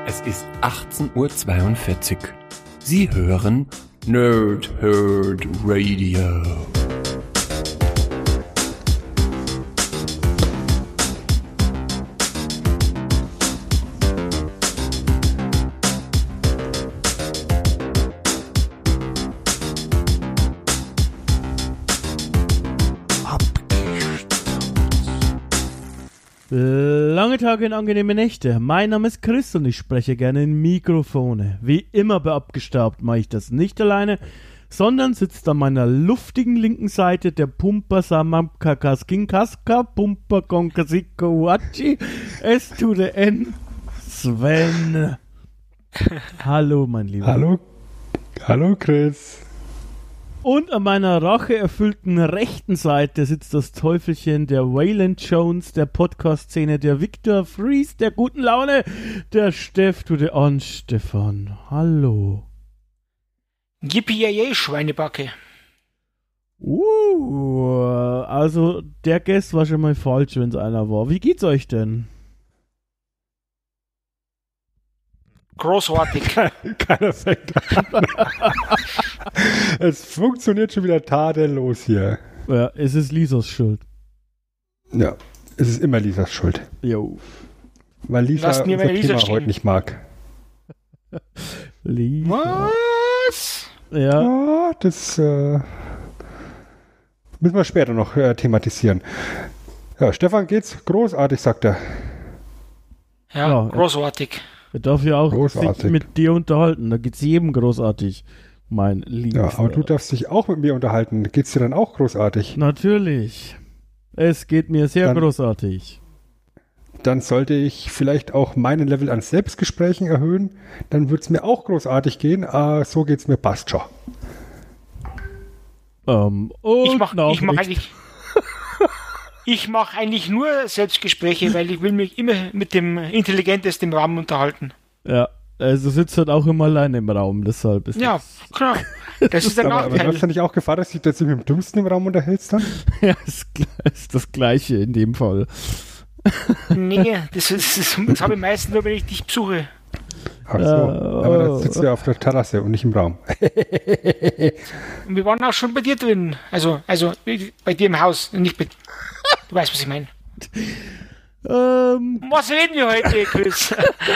Es ist 18:42 Uhr. Sie hören Nerd Herd Radio. Lange Tage und angenehme Nächte. Mein Name ist Chris und ich spreche gerne in Mikrofone. Wie immer bei Abgestaubt mache ich das nicht alleine, sondern sitzt an meiner luftigen linken Seite der Pumper Samamkakaskinkaska Pumper Konkasiko Wachi S to the N Sven. Hallo mein Lieber. Hallo Chris. Und an meiner racheerfüllten rechten Seite sitzt das Teufelchen der Waylon Jones der Podcast-Szene, der Victor Fries der guten Laune, der Steff to the On Stefan. Hallo. Yippie, Schweinebacke. Also der Guest war schon mal falsch, wenn es einer war. Wie geht's euch denn? Großartig. Keiner fängt an. Es funktioniert schon wieder tadellos hier. Ja, es ist Lisas Schuld. Ja, es ist immer Lisas Schuld. Jo. Weil Lisa Lasst mir unser meine Lisa Thema stehen. heute nicht mag. Lisa. Was? Ja. Ja, das müssen wir später noch thematisieren. Ja, Stefan geht's großartig, sagt er. Ja, Ja. großartig. Er darf ja auch Großartig. sich mit dir unterhalten. Da geht's jedem großartig, mein Lieber. Ja, aber du darfst dich auch mit mir unterhalten. Geht's dir dann auch großartig? Natürlich. Es geht mir sehr Dann- großartig. Dann sollte ich vielleicht auch meinen Level an Selbstgesprächen erhöhen. Dann wird's mir auch großartig gehen. So geht's mir, passt schon. Und Ich mach Nachricht. eigentlich nur Selbstgespräche, weil ich will mich immer mit dem Intelligentesten im Raum unterhalten. Ja, also sitzt halt auch immer alleine im Raum, deshalb ist Ja, das... klar. Das ist der Aber Nachteil. läuft da nicht auch Gefahr, dass du dich mit dem Dümmsten im Raum unterhältst dann? Ja, ist das Gleiche in dem Fall. Nee, das habe ich meistens nur, wenn ich dich besuche. Ach so, aber dann sitzt du ja auf der Terrasse und nicht im Raum. Und wir waren auch schon bei dir drin. Also bei dir im Haus. Nicht bei, du weißt, was ich meine. Was reden wir heute, Chris?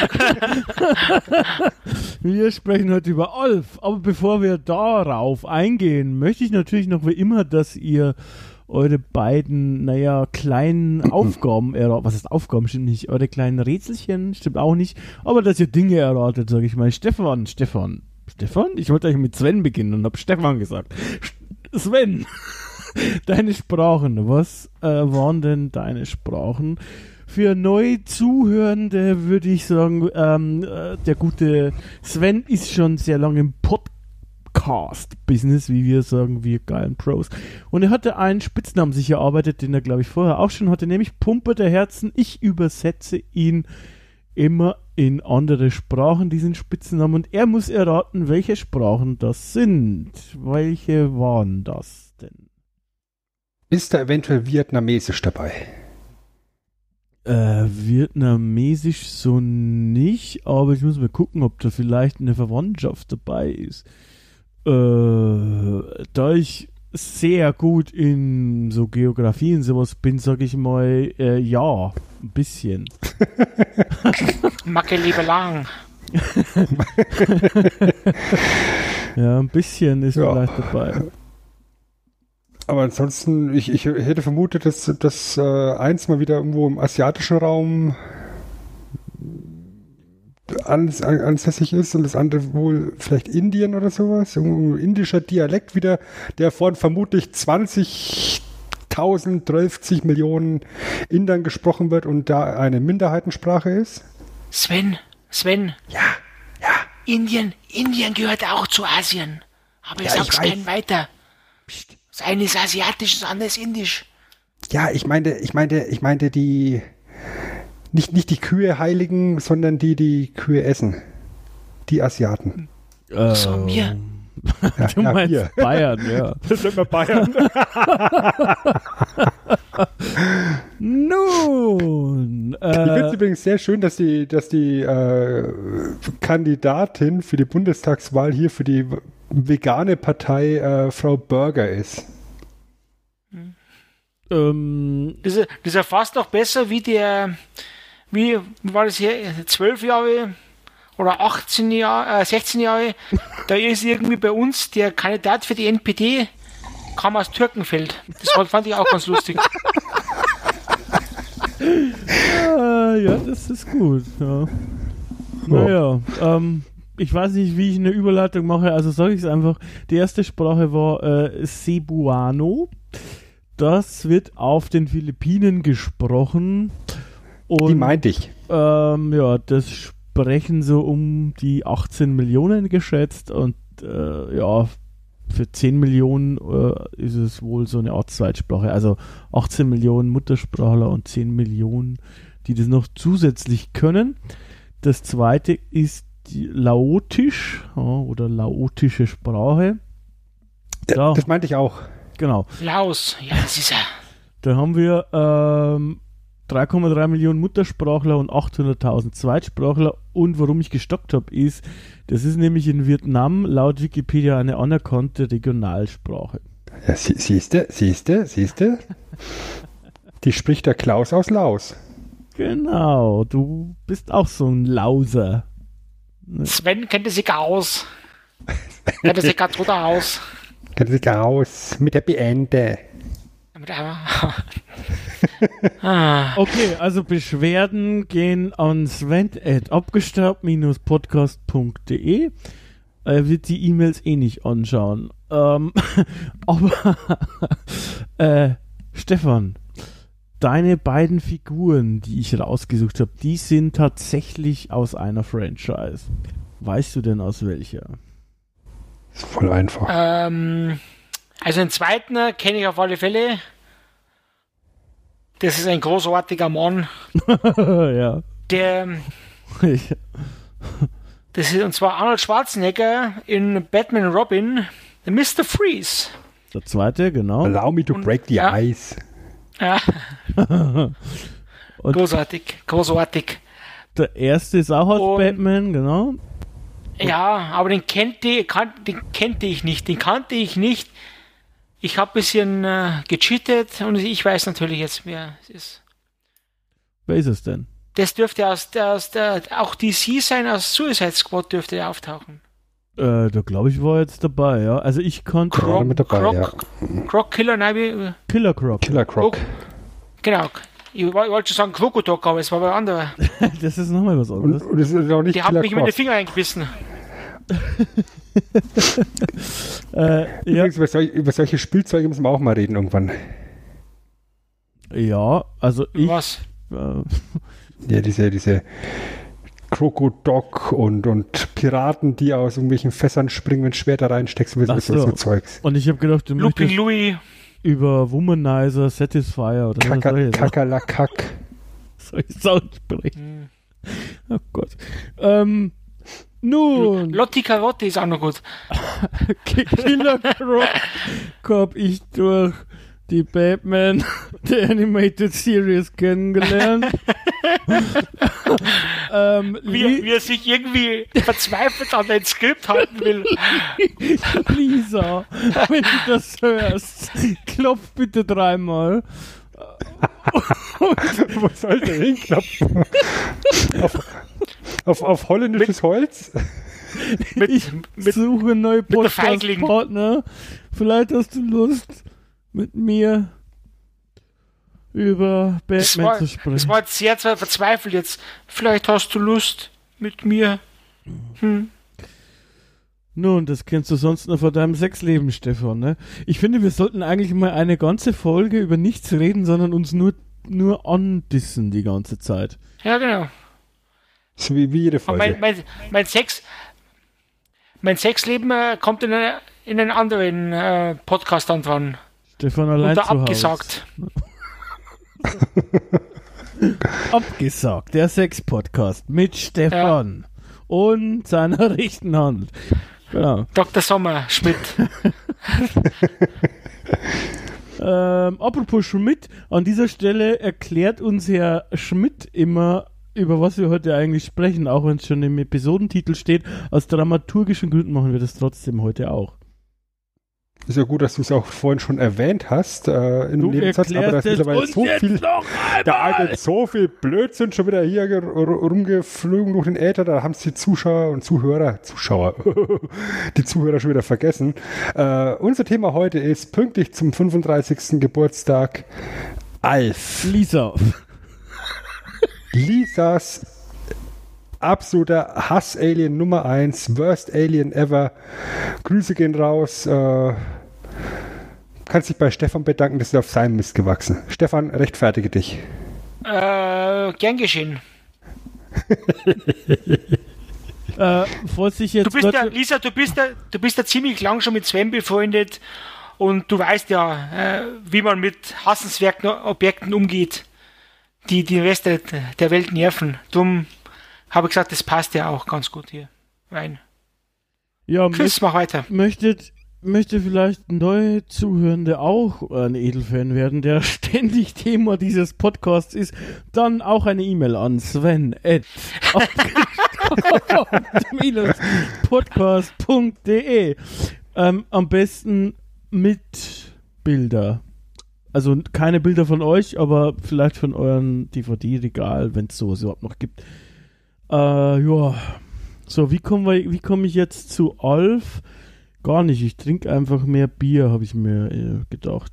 Wir sprechen heute über Alf, aber bevor wir darauf eingehen, möchte ich natürlich noch wie immer, dass ihr eure beiden, kleinen Aufgaben erratet. Was heißt Aufgaben? Stimmt nicht. Eure kleinen Rätselchen stimmt auch nicht. Aber dass ihr Dinge erratet, sage ich mal. Stefan? Ich wollte eigentlich mit Sven beginnen und habe Stefan gesagt. Sven, deine Sprachen. Was waren denn deine Sprachen? Für neu Zuhörende würde ich sagen, der gute Sven ist schon sehr lange im Podcast-Business, wie wir sagen, wir geilen Pros. Und er hatte einen Spitznamen sich erarbeitet, den er, glaube ich, vorher auch schon hatte, nämlich Pumper der Herzen. Ich übersetze ihn immer in andere Sprachen, diesen Spitznamen. Und er muss erraten, welche Sprachen das sind. Welche waren das denn? Ist da eventuell Vietnamesisch dabei? Vietnamesisch so nicht, aber ich muss mal gucken, ob da vielleicht eine Verwandtschaft dabei ist. Da ich sehr gut in so Geografie und sowas bin, sage ich mal, ja, ein bisschen. Macke lieber lang. Ja, ein bisschen ist Ja. vielleicht dabei. Aber ansonsten, ich hätte vermutet, dass eins mal wieder irgendwo im asiatischen Raum ansässig ist und das andere wohl vielleicht Indien oder sowas. Ein indischer Dialekt wieder, der von vermutlich 20.000, 12 Millionen Indern gesprochen wird und da eine Minderheitensprache ist. Sven. Ja. Indien gehört auch zu Asien. Aber ich Ja, sag's ich weiß. kein weiter. Das eine ist asiatisch, das andere ist indisch. Ja, ich meinte die nicht die Kühe heiligen, sondern die Kühe essen. Die Asiaten. So, mir. Du meinst wir. Bayern, ja. Das sind wir Bayern. Nun, Ich finde es übrigens sehr schön, dass die Kandidatin für die Bundestagswahl hier für die vegane Partei Frau Burger ist. Das ist ja fast noch besser wie wie war das hier, 12 Jahre oder 16 Jahre, da ist irgendwie bei uns der Kandidat für die NPD, kam aus Türkenfeld. Das fand ich auch ganz lustig. ja, das ist gut. Ja. Naja, ich weiß nicht, wie ich eine Überleitung mache, also sage ich es einfach. Die erste Sprache war Cebuano. Das wird auf den Philippinen gesprochen. Und, die meinte ich. Ja, das sprechen so um die 18 Millionen geschätzt und ja, für 10 Millionen ist es wohl so eine Art Zweitsprache. Also 18 Millionen Muttersprachler und 10 Millionen, die das noch zusätzlich können. Das zweite ist die Laotisch oder laotische Sprache. Ja, das meinte ich auch. Genau. Laos, ja, das ist ja. Da haben wir 3,3 Millionen Muttersprachler und 800.000 Zweitsprachler. Und warum ich gestockt habe, ist, das ist nämlich in Vietnam laut Wikipedia eine anerkannte Regionalsprache. Ja, siehste. Die spricht der Klaus aus Laos. Genau, du bist auch so ein Lauser. Sven kennt sich aus. Kennt sich gerade drunter aus. Kennt sich aus mit der Beende. Okay, also Beschwerden gehen an sven@abgestaubt-podcast.de. Er wird die E-Mails eh nicht anschauen. Aber Stefan, deine beiden Figuren, die ich rausgesucht habe, die sind tatsächlich aus einer Franchise. Weißt du denn aus welcher? Ist voll einfach. Also den zweiten kenne ich auf alle Fälle. Das ist ein großartiger Mann. Ja. Das ist und zwar Arnold Schwarzenegger in Batman und Robin, the Mr. Freeze. Der zweite, genau. Allow me to break the ice. Ja. Großartig. Der erste ist auch aus Batman, genau. Ja, aber den kannte ich nicht. Ich habe ein bisschen gecheatet und ich weiß natürlich jetzt, wer es ist. Wer ist es denn? Das dürfte auch DC sein, aus Suicide Squad dürfte er auftauchen. Da glaube ich, war jetzt dabei, ja. Also ich konnte... Croc Killer, nein, Killer Croc. Oh, genau. Ich wollte schon sagen Krokodok, aber es war bei anderer. Das ist nochmal was anderes. Und das ist auch nicht die haben mich mit den Finger eingebissen. Übrigens, über solche Spielzeuge müssen wir auch mal reden irgendwann. Ja, also ich... Was? Ja, diese Krokodok und Piraten, die aus irgendwelchen Fässern springen, wenn Schwerter reinsteckst, so Zeugs. Und ich habe gedacht, du möchtest Louis über Womanizer, Satisfier oder Kakerlakak. Soll ich es aussprechen? Oh Gott. Nun. Lotti Carotti ist auch noch gut. Killer Croc habe ich durch die Batman The Animated Series kennengelernt. Wie er sich irgendwie verzweifelt an ein Skript halten will. Lisa, wenn du das hörst, klopf bitte 3-mal. Wo soll der hinklopfen? Auf holländisches Holz? Ich suche neue Podcast-Partner. Vielleicht hast du Lust, mit mir über Batman zu sprechen. Das war jetzt sehr verzweifelt jetzt. Vielleicht hast du Lust mit mir. Nun, das kennst du sonst nur von deinem Sexleben, Stefan, ne? Ich finde, wir sollten eigentlich mal eine ganze Folge über nichts reden, sondern uns nur andissen die ganze Zeit. Ja, genau. So wie jede Folge. Mein Sexleben kommt in einen anderen Podcast dran. Stefan allein zu abgesagt. Abgesagt, der Sex-Podcast mit Stefan und seiner rechten Hand. Genau. Dr. Sommer Schmidt. Apropos Schmidt, an dieser Stelle erklärt uns Herr Schmidt immer, über was wir heute eigentlich sprechen, auch wenn es schon im Episodentitel steht. Aus dramaturgischen Gründen machen wir das trotzdem heute auch. Ist ja gut, dass du es auch vorhin schon erwähnt hast im Nebensatz, aber da ist mittlerweile so viel Blödsinn schon wieder hier rumgeflogen durch den Äther, da haben es die Zuschauer, die Zuhörer schon wieder vergessen. Unser Thema heute ist pünktlich zum 35. Geburtstag Alf. Lisas absoluter Hass-Alien Nummer 1, Worst Alien ever. Grüße gehen raus. Kannst dich bei Stefan bedanken, dass du auf seinem Mist gewachsen. Stefan, rechtfertige dich. Gern geschehen. Lisa, du bist ja ziemlich lang schon mit Sven befreundet und du weißt ja, wie man mit hassenswerten Objekten umgeht, die den Rest der Welt nerven. Darum habe ich gesagt, das passt ja auch ganz gut hier rein. Ja, Chris, mach weiter. Möchte vielleicht neue Zuhörende auch ein Edelfan werden, der ständig Thema dieses Podcasts ist, dann auch eine E-Mail an sven@podcast.de. Am besten mit Bilder. Also keine Bilder von euch, aber vielleicht von euren DVD-Regal, wenn es sowas überhaupt noch gibt. Ja. So, wie komme ich jetzt zu Alf? Gar nicht, ich trinke einfach mehr Bier, habe ich mir gedacht.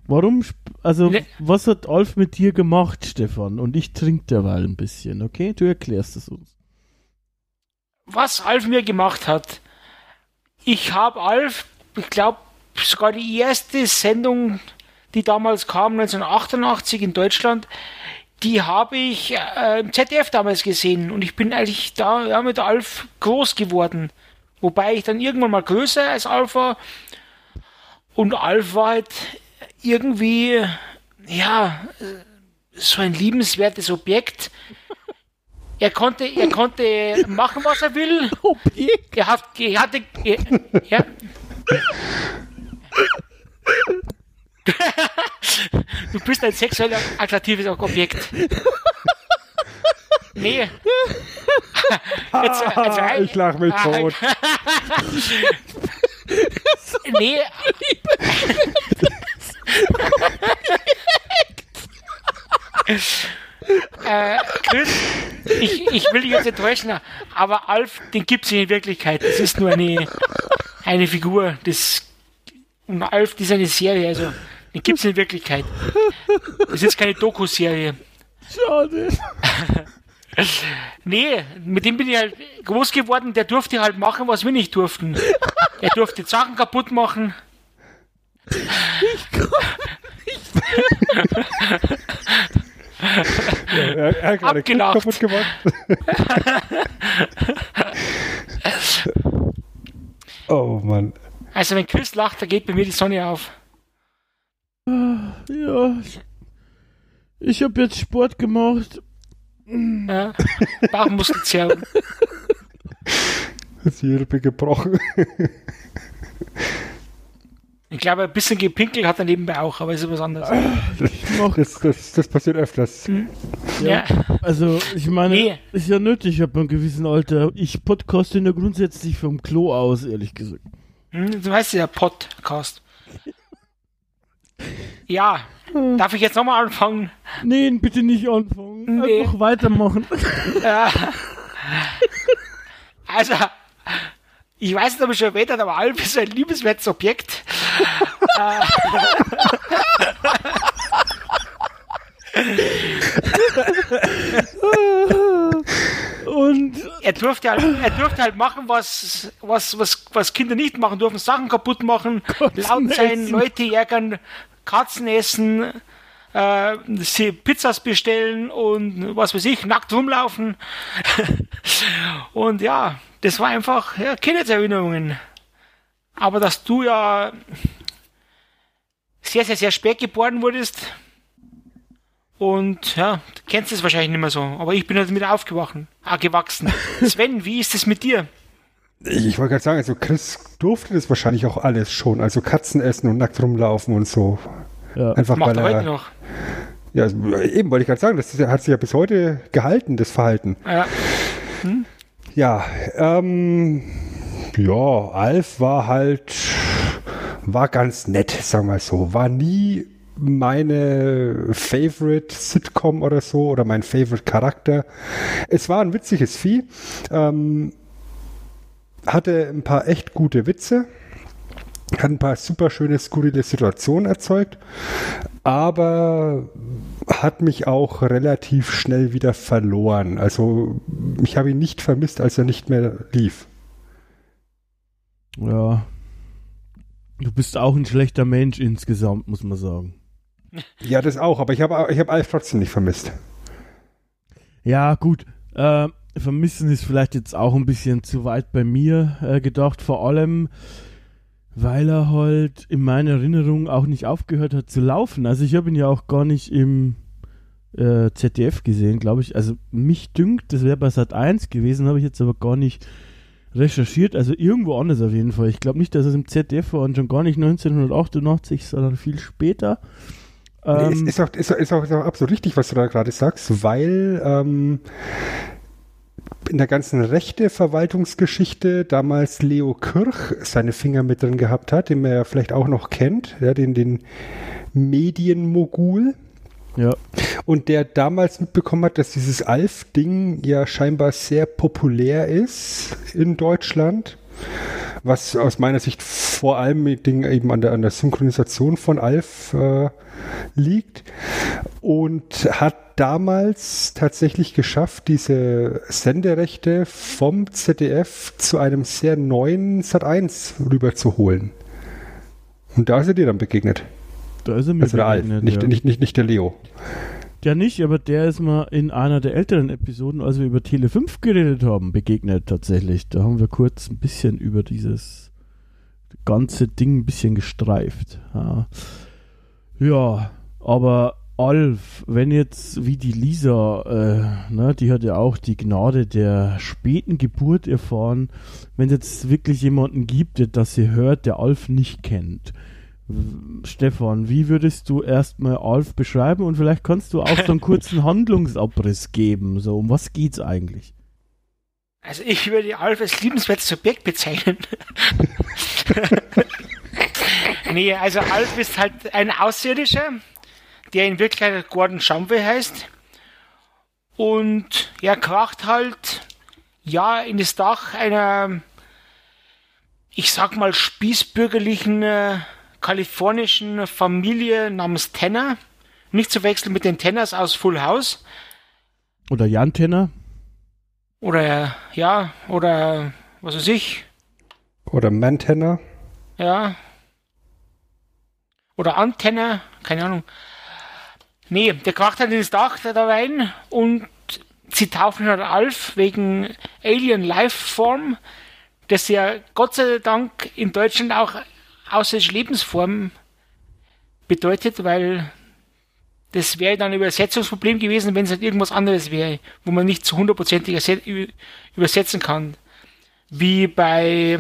Was hat Alf mit dir gemacht, Stefan? Und ich trinke derweil ein bisschen, okay? Du erklärst es uns. Was Alf mir gemacht hat? Ich habe Alf, ich glaube, sogar die erste Sendung, die damals kam, 1988 in Deutschland, die habe ich im ZDF damals gesehen und ich bin eigentlich da mit Alf groß geworden. Wobei ich dann irgendwann mal größer als Alf war und Alf war halt irgendwie, ja, so ein liebenswertes Objekt. Er konnte machen, was er will. Objekt? Ja. Du bist ein sexuell attraktives Objekt. Nee. Ich lach mich tot. Nee. Chris, ich will dich jetzt enttäuschen, aber Alf, den gibt es in Wirklichkeit. Das ist nur eine Figur. Und Alf, das ist eine Serie, also den gibt es in Wirklichkeit. Das ist keine Doku-Serie. Schade. Nee, mit dem bin ich halt groß geworden, der durfte halt machen, was wir nicht durften. Er durfte Sachen kaputt machen. Er hat gerade kaputt gemacht. Oh Mann. Also wenn Chris lacht, da geht bei mir die Sonne auf. Ja, ich habe jetzt Sport gemacht. Ja, Bauchmuskelzerrung. Das Hirbe gebrochen. Ich glaube, ein bisschen gepinkelt hat er nebenbei auch, aber ist was anderes. Das passiert öfters. Ja. Also, ich meine, ist ja nötig ab einem gewissen Alter. Ich podcaste ja grundsätzlich vom Klo aus, ehrlich gesagt. Du weißt ja, Podcast. Ja, darf ich jetzt nochmal anfangen? Nee, bitte nicht anfangen. Einfach weitermachen. Also, ich weiß nicht, ob ich schon erwähnt habe, aber Alf ist ein liebenswertes Objekt. Und er durfte halt machen, was Kinder nicht machen dürfen. Sachen kaputt machen, laut sein, Leute ärgern, Katzen essen, Pizzas bestellen und was weiß ich, nackt rumlaufen. Und ja, das war einfach Kindheitserinnerungen. Aber dass du ja sehr, sehr, sehr spät geboren wurdest und ja, du kennst es wahrscheinlich nicht mehr so, aber ich bin halt damit gewachsen. Sven, wie ist es mit dir? Ich wollte gerade sagen, also Chris durfte das wahrscheinlich auch alles schon, also Katzen essen und nackt rumlaufen und so. Ja. Einfach macht weil er heute noch. Ja, eben wollte ich gerade sagen, das hat sich ja bis heute gehalten, das Verhalten. Ja. Ja, Alf war ganz nett, sagen wir so. War nie meine Favorite Sitcom oder so oder mein Favorite Charakter. Es war ein witziges Vieh. Hatte ein paar echt gute Witze. Hat ein paar super schöne, skurrile Situationen erzeugt. Aber hat mich auch relativ schnell wieder verloren. Also ich habe ihn nicht vermisst, als er nicht mehr lief. Ja. Du bist auch ein schlechter Mensch insgesamt, muss man sagen. Ja, das auch, aber ich hab Alf trotzdem nicht vermisst. Ja, gut. Vermissen ist vielleicht jetzt auch ein bisschen zu weit bei mir gedacht, vor allem, weil er halt in meiner Erinnerung auch nicht aufgehört hat zu laufen. Also ich habe ihn ja auch gar nicht im ZDF gesehen, glaube ich. Also mich dünkt, das wäre bei Sat.1 gewesen, habe ich jetzt aber gar nicht recherchiert. Also irgendwo anders auf jeden Fall. Ich glaube nicht, dass es im ZDF war und schon gar nicht 1988, sondern viel später. Nee, ist auch absolut richtig, was du da gerade sagst, weil in der ganzen Rechte-Verwaltungsgeschichte damals Leo Kirch seine Finger mit drin gehabt hat, den man ja vielleicht auch noch kennt, ja, den Medienmogul. Ja. Und der damals mitbekommen hat, dass dieses Alf-Ding ja scheinbar sehr populär ist in Deutschland, was aus meiner Sicht vor allem eben an der Synchronisation von Alf liegt, und hat damals tatsächlich geschafft, diese Senderechte vom ZDF zu einem sehr neuen Sat.1 rüberzuholen. Und da ist er dir dann begegnet. Da ist er mir begegnet, der Alf, nicht der Leo. Ja, nicht, aber der ist mal in einer der älteren Episoden, als wir über Tele5 geredet haben, begegnet tatsächlich. Da haben wir kurz ein bisschen über dieses ganze Ding ein bisschen gestreift. Ja, aber Alf, wenn jetzt wie die Lisa, die hat ja auch die Gnade der späten Geburt erfahren, wenn es jetzt wirklich jemanden gibt, der sie hört, der Alf nicht kennt. Stefan, wie würdest du erstmal Alf beschreiben, und vielleicht kannst du auch so einen kurzen Handlungsabriss geben, so um was geht's eigentlich? Also ich würde Alf als liebenswertes Subjekt bezeichnen. Nee, also Alf ist halt ein Außerirdischer, der in Wirklichkeit Gordon Shumway heißt, und er kracht halt in das Dach einer, ich sag mal, spießbürgerlichen kalifornischen Familie namens Tanner. Nicht zu wechseln mit den Tanners aus Full House. Oder Jan Tenner. Oder was weiß ich. Oder Mantenna. Ja. Oder Antenna, keine Ahnung. Nee, der kracht halt ins Dach da rein und sie taufen halt Alf wegen Alien Lifeform, das ja Gott sei Dank in Deutschland auch außerirdische Lebensform bedeutet, weil das wäre dann ein Übersetzungsproblem gewesen, wenn es halt irgendwas anderes wäre, wo man nicht zu 100% übersetzen kann. Wie bei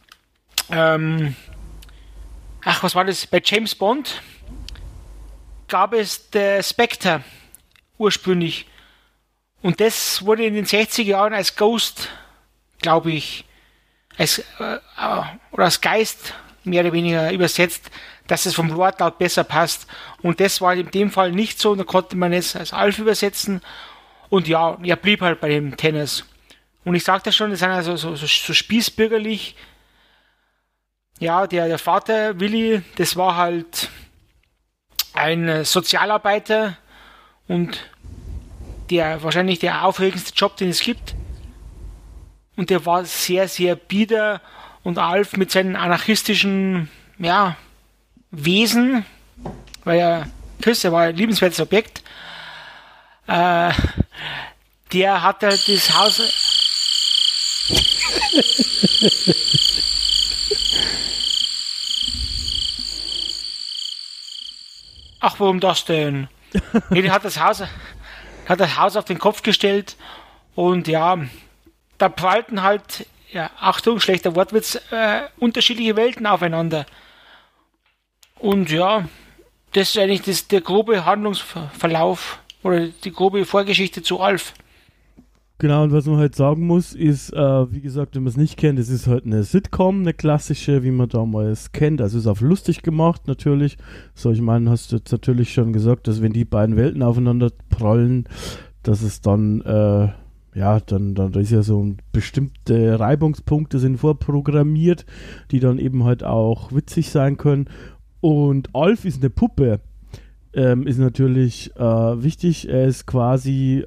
was war das? Bei James Bond gab es der Spectre ursprünglich. Und das wurde in den 60er Jahren als Ghost, glaube ich, als Geist mehr oder weniger übersetzt, dass es vom Wortlaut besser passt. Und das war in dem Fall nicht so. Da konnte man es als Alf übersetzen. Und ja, er blieb halt bei den Tanners. Und ich sagte schon, das sind also so spießbürgerlich. Ja, der Vater, Willi, das war halt ein Sozialarbeiter und wahrscheinlich der aufregendste Job, den es gibt. Und der war sehr, sehr bieder, und Alf mit seinen anarchistischen, Wesen, weil er war ein liebenswertes Objekt, der hat halt das Haus... Ach, warum das denn? Nee, der hat das Haus auf den Kopf gestellt, und ja, da prallten halt, Achtung, schlechter Wortwitz, unterschiedliche Welten aufeinander. Und ja, das ist eigentlich der grobe Handlungsverlauf oder die grobe Vorgeschichte zu Alf. Genau, und was man halt sagen muss, ist, wie gesagt, wenn man es nicht kennt, es ist halt eine Sitcom, eine klassische, wie man damals kennt. Also ist auch lustig gemacht, natürlich. So, ich meine, hast du jetzt natürlich schon gesagt, dass wenn die beiden Welten aufeinander prallen, dass es dann, dann ist ja so bestimmte Reibungspunkte sind vorprogrammiert, die dann eben halt auch witzig sein können. Und Alf ist eine Puppe, ist natürlich wichtig. Er ist quasi,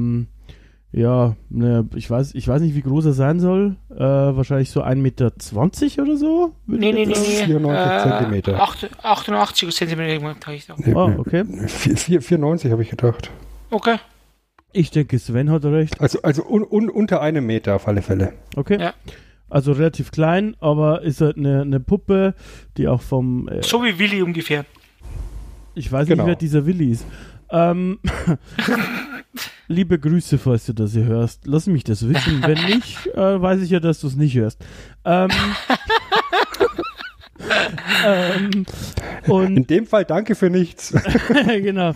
ich weiß nicht, wie groß er sein soll. Wahrscheinlich so 1,20 Meter oder so? Nee. 94 Zentimeter. 88 Zentimeter habe ich da. Okay. 94 habe ich gedacht. Okay. Ich denke, Sven hat recht. Also unter 1 Meter auf alle Fälle. Okay. Ja. Also relativ klein, aber ist halt eine Puppe, die auch vom... so wie Willi ungefähr. Ich weiß nicht, wer dieser Willi ist. Liebe Grüße, falls du das hier hörst. Lass mich das wissen. Wenn nicht, weiß ich ja, dass du es nicht hörst. Und in dem Fall danke für nichts. Genau.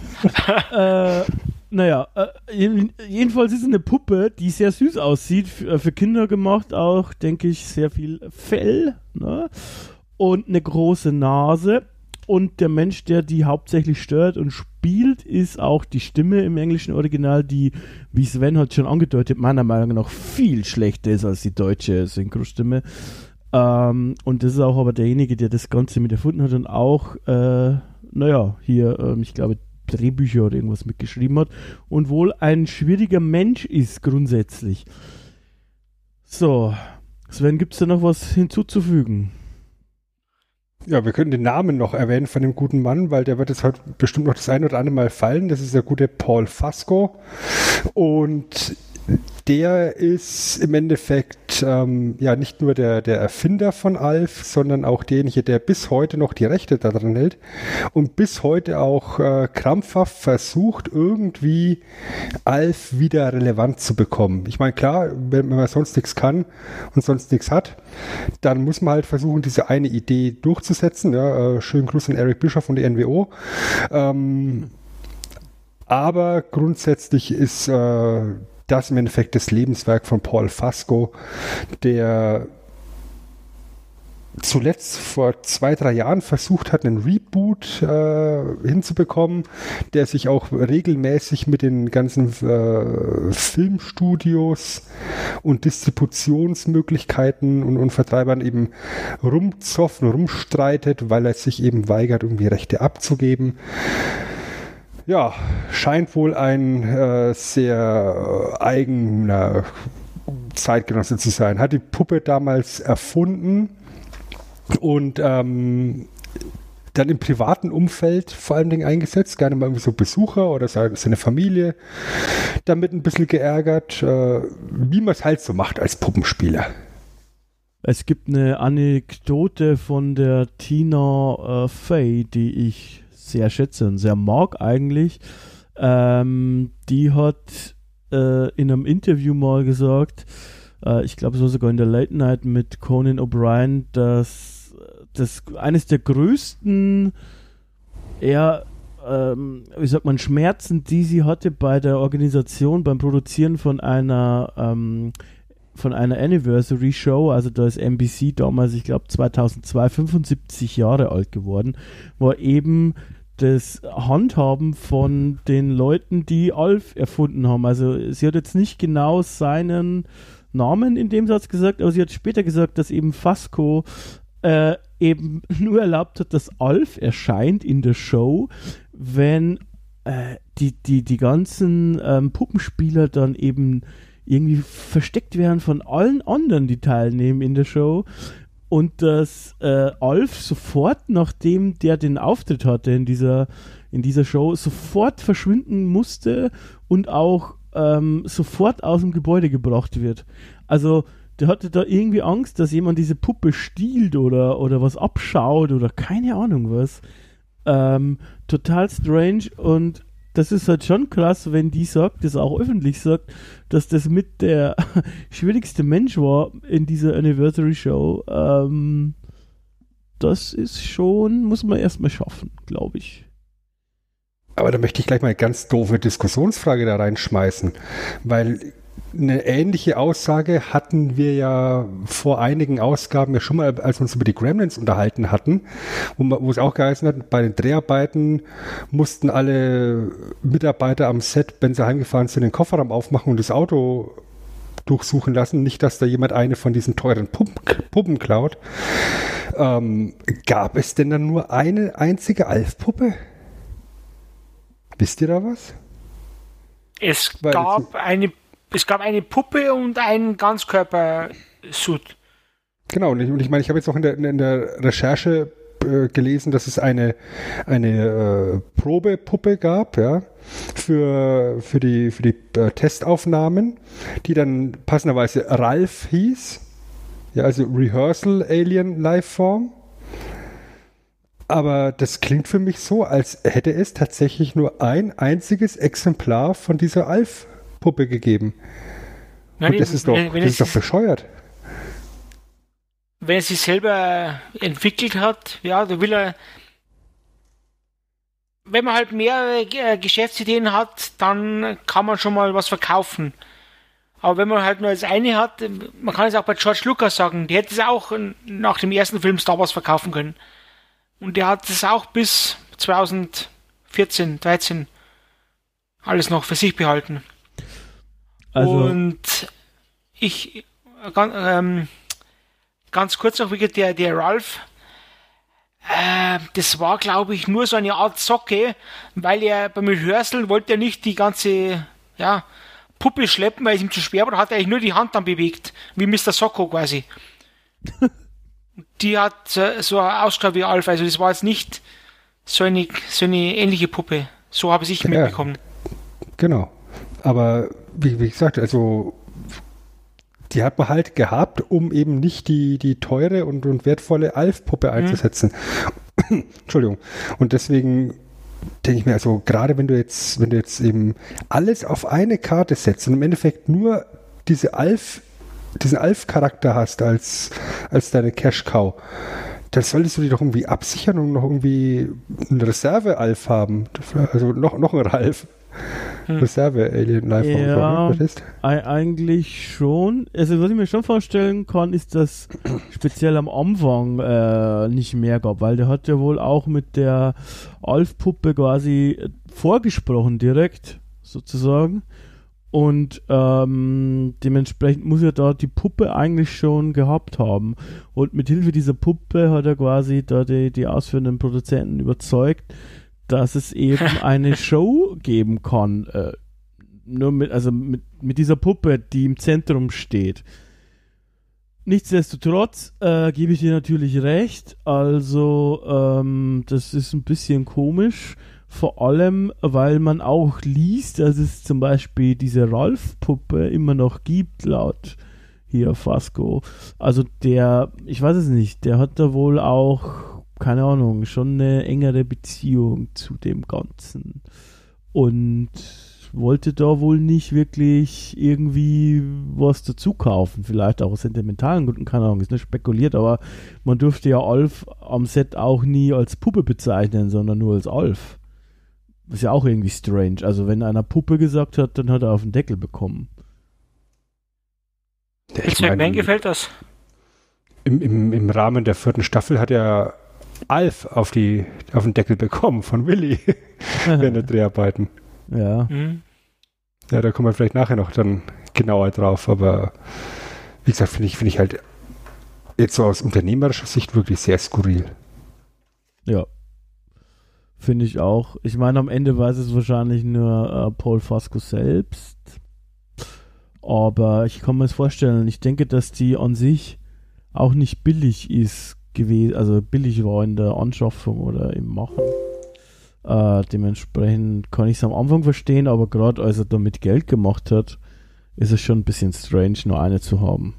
Jedenfalls ist es eine Puppe, die sehr süß aussieht. Für Kinder gemacht auch, denke ich, sehr viel Fell, ne? Und eine große Nase. Und der Mensch, der die hauptsächlich steuert und spielt, ist auch die Stimme im englischen Original, die, wie Sven hat schon angedeutet, meiner Meinung nach viel schlechter ist als die deutsche Synchrostimme. Und das ist auch aber derjenige, der das Ganze mit erfunden hat und auch, ich glaube, Drehbücher oder irgendwas mitgeschrieben hat und wohl ein schwieriger Mensch ist grundsätzlich. So, Sven, gibt es da noch was hinzuzufügen? Ja, wir können den Namen noch erwähnen von dem guten Mann, weil der wird jetzt heute bestimmt noch das ein oder andere Mal fallen. Das ist der gute Paul Fasco. Und der ist im Endeffekt nicht nur der Erfinder von Alf, sondern auch derjenige, der bis heute noch die Rechte daran hält und bis heute auch krampfhaft versucht, irgendwie Alf wieder relevant zu bekommen. Ich meine, klar, wenn man sonst nichts kann und sonst nichts hat, dann muss man halt versuchen, diese eine Idee durchzusetzen. Ja, schönen Gruß an Eric Bischoff und die NWO. Aber grundsätzlich ist das im Endeffekt das Lebenswerk von Paul Fasco, der zuletzt vor 2-3 Jahren versucht hat, einen Reboot hinzubekommen, der sich auch regelmäßig mit den ganzen Filmstudios und Distributionsmöglichkeiten und Vertreibern eben rumzofft und rumstreitet, weil er sich eben weigert, irgendwie Rechte abzugeben. Ja, scheint wohl ein sehr eigener Zeitgenosse zu sein. Hat die Puppe damals erfunden und dann im privaten Umfeld vor allen Dingen eingesetzt, gerne mal irgendwie so Besucher oder seine Familie damit ein bisschen geärgert, wie man es halt so macht als Puppenspieler. Es gibt eine Anekdote von der Tina Fey, die ich sehr schätze und sehr mag eigentlich. Die hat in einem Interview mal gesagt, ich glaube, es war sogar in der Late Night mit Conan O'Brien, dass das eines der größten Schmerzen, die sie hatte bei der Organisation, beim Produzieren von einer Anniversary Show, also da ist NBC damals, ich glaube 2002, 75 Jahre alt geworden, war eben das Handhaben von den Leuten, die Alf erfunden haben. Also sie hat jetzt nicht genau seinen Namen in dem Satz gesagt, aber sie hat später gesagt, dass eben Fasco eben nur erlaubt hat, dass Alf erscheint in der Show, wenn die ganzen Puppenspieler dann eben irgendwie versteckt werden von allen anderen, die teilnehmen in der Show. Und dass Alf sofort, nachdem der den Auftritt hatte in dieser Show, sofort verschwinden musste und auch sofort aus dem Gebäude gebracht wird. Also der hatte da irgendwie Angst, dass jemand diese Puppe stiehlt oder was abschaut oder keine Ahnung was. Total strange, und das ist halt schon krass, wenn die sagt, das auch öffentlich sagt, dass das mit der schwierigste Mensch war in dieser Anniversary Show. Das ist schon, muss man erstmal schaffen, glaube ich. Aber da möchte ich gleich mal eine ganz doofe Diskussionsfrage da reinschmeißen, weil eine ähnliche Aussage hatten wir ja vor einigen Ausgaben ja schon mal, als wir uns über die Gremlins unterhalten hatten, wo es auch geheißen hat, bei den Dreharbeiten mussten alle Mitarbeiter am Set, wenn sie heimgefahren sind, den Kofferraum aufmachen und das Auto durchsuchen lassen. Nicht, dass da jemand eine von diesen teuren Puppen klaut. Gab es denn dann nur eine einzige Alf-Puppe? Wisst ihr da was? Es gab eine Puppe und einen Ganzkörper-Suit. Genau, und ich meine, ich habe jetzt auch in der Recherche gelesen, dass es eine Probepuppe gab, ja, für die Testaufnahmen, die dann passenderweise Ralph hieß, ja, also Rehearsal Alien Lifeform. Aber das klingt für mich so, als hätte es tatsächlich nur ein einziges Exemplar von dieser Alf-Puppe gegeben. Nein, und das ist doch bescheuert. Wenn er sich selber entwickelt hat, ja, da will er. Wenn man halt mehr Geschäftsideen hat, dann kann man schon mal was verkaufen. Aber wenn man halt nur das eine hat, man kann es auch bei George Lucas sagen, der hätte es auch nach dem ersten Film Star Wars verkaufen können. Und der hat es auch bis 2014, 13 alles noch für sich behalten. Also und ich ganz kurz noch wegen der Ralph. Das war, glaube ich, nur so eine Art Socke, weil er beim Rehearsal wollte er nicht die ganze Puppe schleppen, weil es ihm zu schwer war, hat er eigentlich nur die Hand dann bewegt, wie Mr. Socko quasi. Die hat so ausgeschaut wie Alf, also das war jetzt nicht so eine ähnliche Puppe. So habe ich mitbekommen. Genau. Aber wie gesagt, also die hat man halt gehabt, um eben nicht die teure und wertvolle Alf-Puppe einzusetzen. Entschuldigung. Und deswegen denke ich mir, also gerade wenn du jetzt eben alles auf eine Karte setzt und im Endeffekt nur diesen Alf-Charakter hast als deine Cash-Cow, dann solltest du dich doch irgendwie absichern und noch irgendwie eine Reserve-Alf haben. Also noch ein Ralf. Reserve-Alien-Life. Ja, eigentlich schon. Also was ich mir schon vorstellen kann, ist, dass speziell am Anfang nicht mehr gab, weil der hat ja wohl auch mit der Alf-Puppe quasi vorgesprochen direkt, sozusagen. Und dementsprechend muss er da die Puppe eigentlich schon gehabt haben. Und mit Hilfe dieser Puppe hat er quasi da die ausführenden Produzenten überzeugt, dass es eben eine Show geben kann. Nur mit dieser Puppe, die im Zentrum steht. Nichtsdestotrotz gebe ich dir natürlich recht. Also das ist ein bisschen komisch. Vor allem, weil man auch liest, dass es zum Beispiel diese Ralf-Puppe immer noch gibt, laut hier Fasco. Also ich weiß es nicht, der hat da wohl auch, keine Ahnung, schon eine engere Beziehung zu dem Ganzen. Und wollte da wohl nicht wirklich irgendwie was dazu kaufen. Vielleicht auch aus sentimentalen Gründen, keine Ahnung, ist nicht spekuliert, aber man durfte ja Alf am Set auch nie als Puppe bezeichnen, sondern nur als Alf. Ist ja auch irgendwie strange. Also wenn einer Puppe gesagt hat, dann hat er auf den Deckel bekommen. Wem gefällt das? Im Rahmen der 4. Staffel hat er Alf auf den Deckel bekommen von Willy während der Dreharbeiten. Ja. Ja, da kommen wir vielleicht nachher noch dann genauer drauf, aber wie gesagt, finde ich halt jetzt so aus unternehmerischer Sicht wirklich sehr skurril. Ja. Finde ich auch. Ich meine, am Ende weiß es wahrscheinlich nur Paul Fasco selbst. Aber ich kann mir das vorstellen. Ich denke, dass die an sich auch nicht billig ist gewesen, also billig war in der Anschaffung oder im Machen. Dementsprechend kann ich es am Anfang verstehen, aber gerade als er damit Geld gemacht hat, ist es schon ein bisschen strange, nur eine zu haben.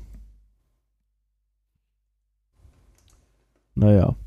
Naja.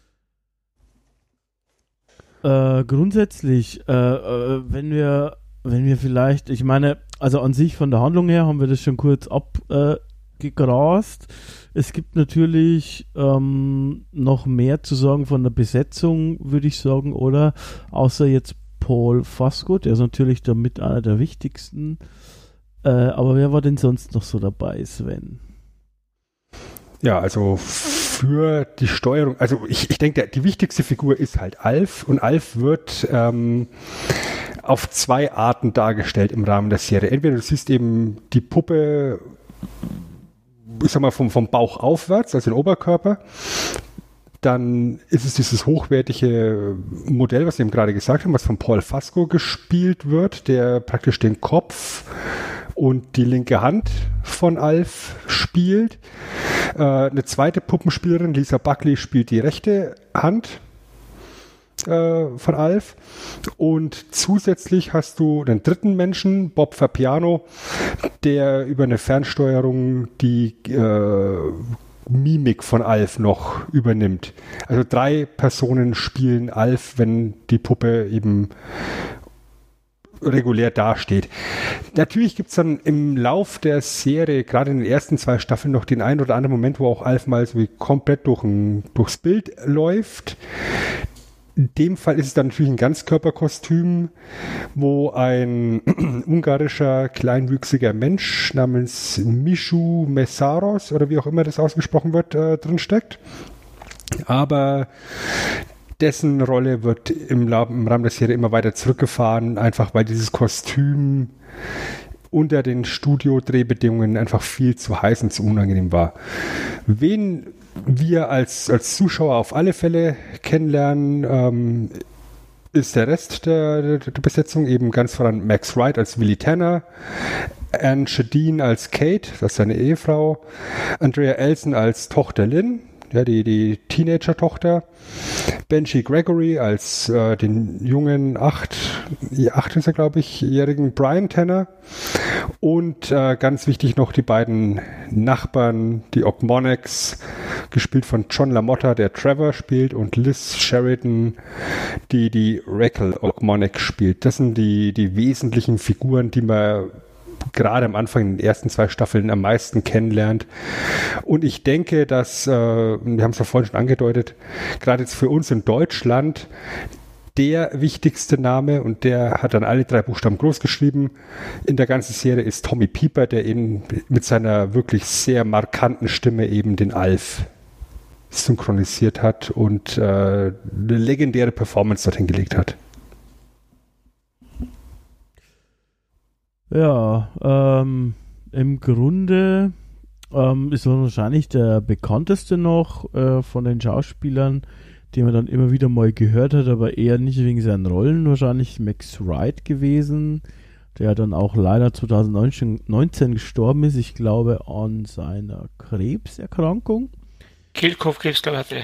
Grundsätzlich, wenn wir vielleicht, ich meine, also an sich von der Handlung her haben wir das schon kurz abgegrast. Es gibt natürlich noch mehr zu sagen von der Besetzung, würde ich sagen, oder? Außer jetzt Paul Fusco, der ist natürlich damit einer der wichtigsten. Aber wer war denn sonst noch so dabei, Sven? Ja, also für die Steuerung, also ich denke, die wichtigste Figur ist halt Alf, und Alf wird auf zwei Arten dargestellt im Rahmen der Serie. Entweder du siehst eben die Puppe, ich sag mal, vom Bauch aufwärts, also den Oberkörper. Dann ist es dieses hochwertige Modell, was wir eben gerade gesagt haben, was von Paul Fusco gespielt wird, der praktisch den Kopf und die linke Hand von Alf spielt. Eine zweite Puppenspielerin, Lisa Buckley, spielt die rechte Hand von Alf. Und zusätzlich hast du einen dritten Menschen, Bob Fapiano, der über eine Fernsteuerung die Mimik von Alf noch übernimmt. Also 3 Personen spielen Alf, wenn die Puppe eben regulär dasteht. Natürlich gibt es dann im Lauf der Serie, gerade in den ersten 2 Staffeln, noch den einen oder anderen Moment, wo auch Alf mal so wie komplett durchs Bild läuft. In dem Fall ist es dann natürlich ein Ganzkörperkostüm, wo ein ungarischer, kleinwüchsiger Mensch namens Mishu Messaros, oder wie auch immer das ausgesprochen wird, drin steckt. Aber dessen Rolle wird im Rahmen der Serie immer weiter zurückgefahren, einfach weil dieses Kostüm unter den Studiodrehbedingungen einfach viel zu heiß und zu unangenehm war. Wen wir als Zuschauer auf alle Fälle kennenlernen, ist der Rest der Besetzung, eben ganz voran Max Wright als Willie Tanner, Anne Shadeen als Kate, das ist seine Ehefrau, Andrea Elson als Tochter Lynn, ja, die Teenager-Tochter, Benji Gregory als den jungen 8 ist er, glaube ich, jährigen Brian Tanner, und ganz wichtig noch die beiden Nachbarn, die Ogmonics, gespielt von John LaMotta, der Trevor spielt, und Liz Sheridan, die Raquel Ogmonic spielt. Das sind die wesentlichen Figuren, die man gerade am Anfang in den ersten 2 Staffeln am meisten kennenlernt. Und ich denke, dass, wir haben es ja vorhin schon angedeutet, gerade jetzt für uns in Deutschland der wichtigste Name, und der hat dann alle 3 Buchstaben groß geschrieben, in der ganzen Serie ist Tommy Pieper, der eben mit seiner wirklich sehr markanten Stimme eben den Alf synchronisiert hat und eine legendäre Performance dorthin gelegt hat. Ja, im Grunde ist er wahrscheinlich der bekannteste noch von den Schauspielern, den man dann immer wieder mal gehört hat, aber eher nicht wegen seinen Rollen, wahrscheinlich Max Wright gewesen, der dann auch leider 2019 gestorben ist, ich glaube an seiner Krebserkrankung. Kehlkopfkrebs, glaube ich, hatte.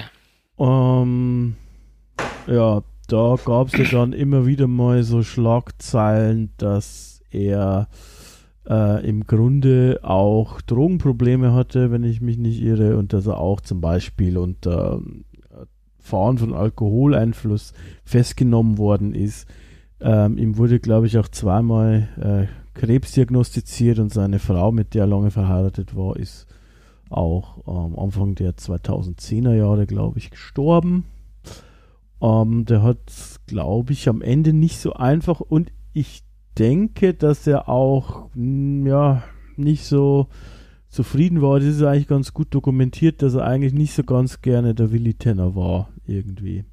Ja, da gab es ja dann immer wieder mal so Schlagzeilen, dass er im Grunde auch Drogenprobleme hatte, wenn ich mich nicht irre, und dass er auch zum Beispiel unter Fahren von Alkoholeinfluss festgenommen worden ist. Ihm wurde, glaube ich, auch 2-mal Krebs diagnostiziert, und seine Frau, mit der er lange verheiratet war, ist auch am Anfang der 2010er Jahre, glaube ich, gestorben. Der hat, glaube ich, am Ende nicht so einfach, und ich denke, dass er auch nicht so zufrieden war. Das ist eigentlich ganz gut dokumentiert, dass er eigentlich nicht so ganz gerne der Willie Tanner war, irgendwie.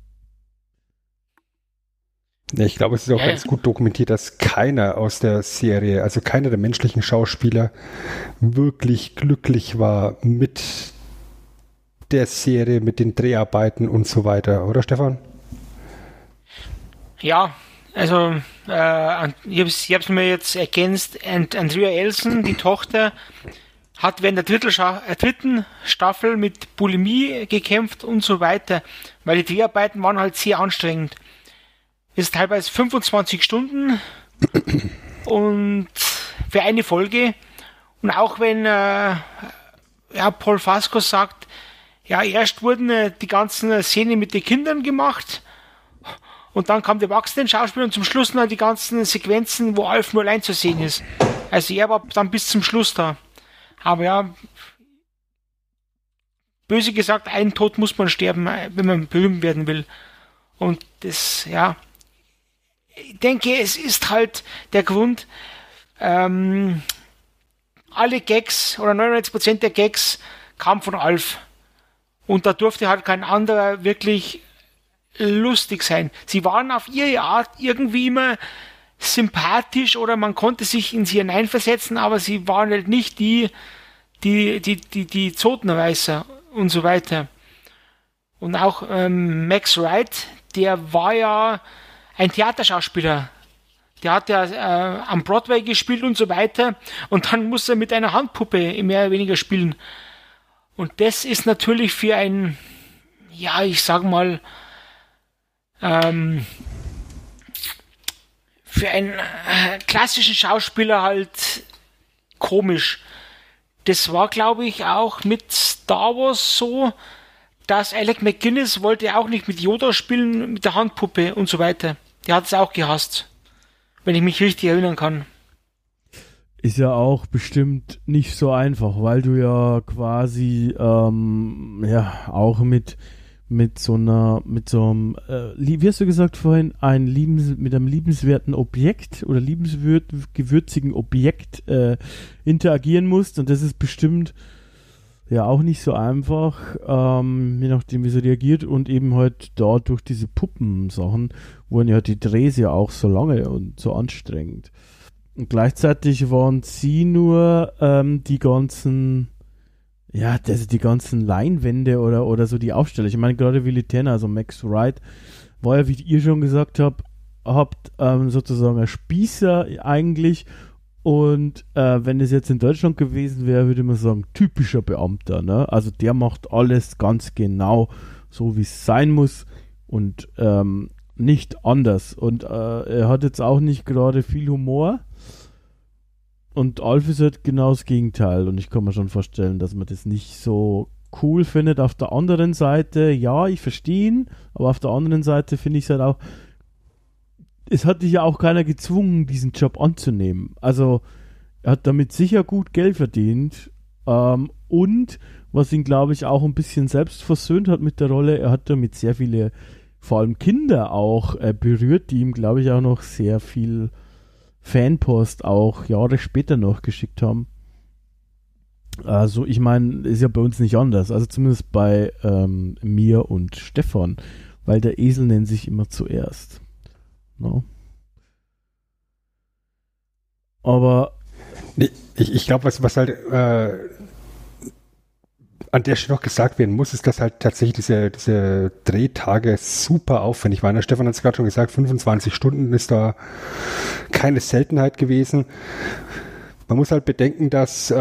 Ja, ich glaube, es ist auch ganz gut dokumentiert, dass keiner aus der Serie, also keiner der menschlichen Schauspieler, wirklich glücklich war mit der Serie, mit den Dreharbeiten und so weiter, oder Stefan? Ja, also ich hab's mir jetzt ergänzt. Andrea Elson, die Tochter, hat während der dritten Staffel mit Bulimie gekämpft und so weiter, weil die Dreharbeiten waren halt sehr anstrengend. Ist teilweise 25 Stunden und für eine Folge. Und auch wenn Paul Fusco sagt, ja, erst wurden die ganzen Szenen mit den Kindern gemacht und dann kam der Erwachsenen-Schauspieler und zum Schluss noch die ganzen Sequenzen, wo Alf nur allein zu sehen ist. Also er war dann bis zum Schluss da. Aber ja, böse gesagt, einen Tod muss man sterben, wenn man berühmt werden will. Und das, ja, ich denke, es ist halt der Grund, alle Gags oder 99% der Gags kamen von Alf. Und da durfte halt kein anderer wirklich lustig sein. Sie waren auf ihre Art irgendwie immer sympathisch oder man konnte sich in sie hineinversetzen, aber sie waren halt nicht die Zotenreißer und so weiter. Und auch Max Wright, der war ja ein Theaterschauspieler. Der hat ja am Broadway gespielt und so weiter und dann muss er mit einer Handpuppe mehr oder weniger spielen. Und das ist natürlich für ein, ja, ich sag mal, für einen klassischen Schauspieler halt komisch. Das war, glaube ich, auch mit Star Wars so, dass Alec McGuinness wollte auch nicht mit Yoda spielen, mit der Handpuppe und so weiter. Der hat es auch gehasst, wenn ich mich richtig erinnern kann. Ist ja auch bestimmt nicht so einfach, weil du ja quasi auch mit so einem, wie hast du gesagt vorhin, mit einem liebenswerten Objekt oder gewürzigen Objekt interagieren musst, und das ist bestimmt ja auch nicht so einfach, je nachdem wie sie reagiert, und eben halt da durch diese Puppensachen wurden ja die Drehs ja auch so lange und so anstrengend. Und gleichzeitig waren sie nur die ganzen Leinwände oder so die Aufsteller. Ich meine, gerade Willy Tanner, also Max Wright, war ja, wie ihr schon gesagt habt, sozusagen ein Spießer eigentlich. Und wenn es jetzt in Deutschland gewesen wäre, würde man sagen, typischer Beamter. Ne? Also der macht alles ganz genau so, wie es sein muss und nicht anders. Und er hat jetzt auch nicht gerade viel Humor. Und Alf ist halt genau das Gegenteil. Und ich kann mir schon vorstellen, dass man das nicht so cool findet. Auf der anderen Seite, ja, ich verstehe ihn, aber auf der anderen Seite finde ich es halt auch, es hat dich ja auch keiner gezwungen, diesen Job anzunehmen. Also er hat damit sicher gut Geld verdient. Und was ihn, glaube ich, auch ein bisschen selbst versöhnt hat mit der Rolle, er hat damit sehr viele, vor allem Kinder auch berührt, die ihm, glaube ich, auch noch sehr viel Fanpost auch Jahre später noch geschickt haben. Also ich meine, ist ja bei uns nicht anders. Also zumindest bei mir und Stefan, weil der Esel nennt sich immer zuerst. No. Aber ich glaube, was halt an der Stelle noch gesagt werden muss, ist, dass halt tatsächlich diese Drehtage super aufwendig waren. Der Stefan hat es gerade schon gesagt, 25 Stunden ist da keine Seltenheit gewesen. Man muss halt bedenken, dass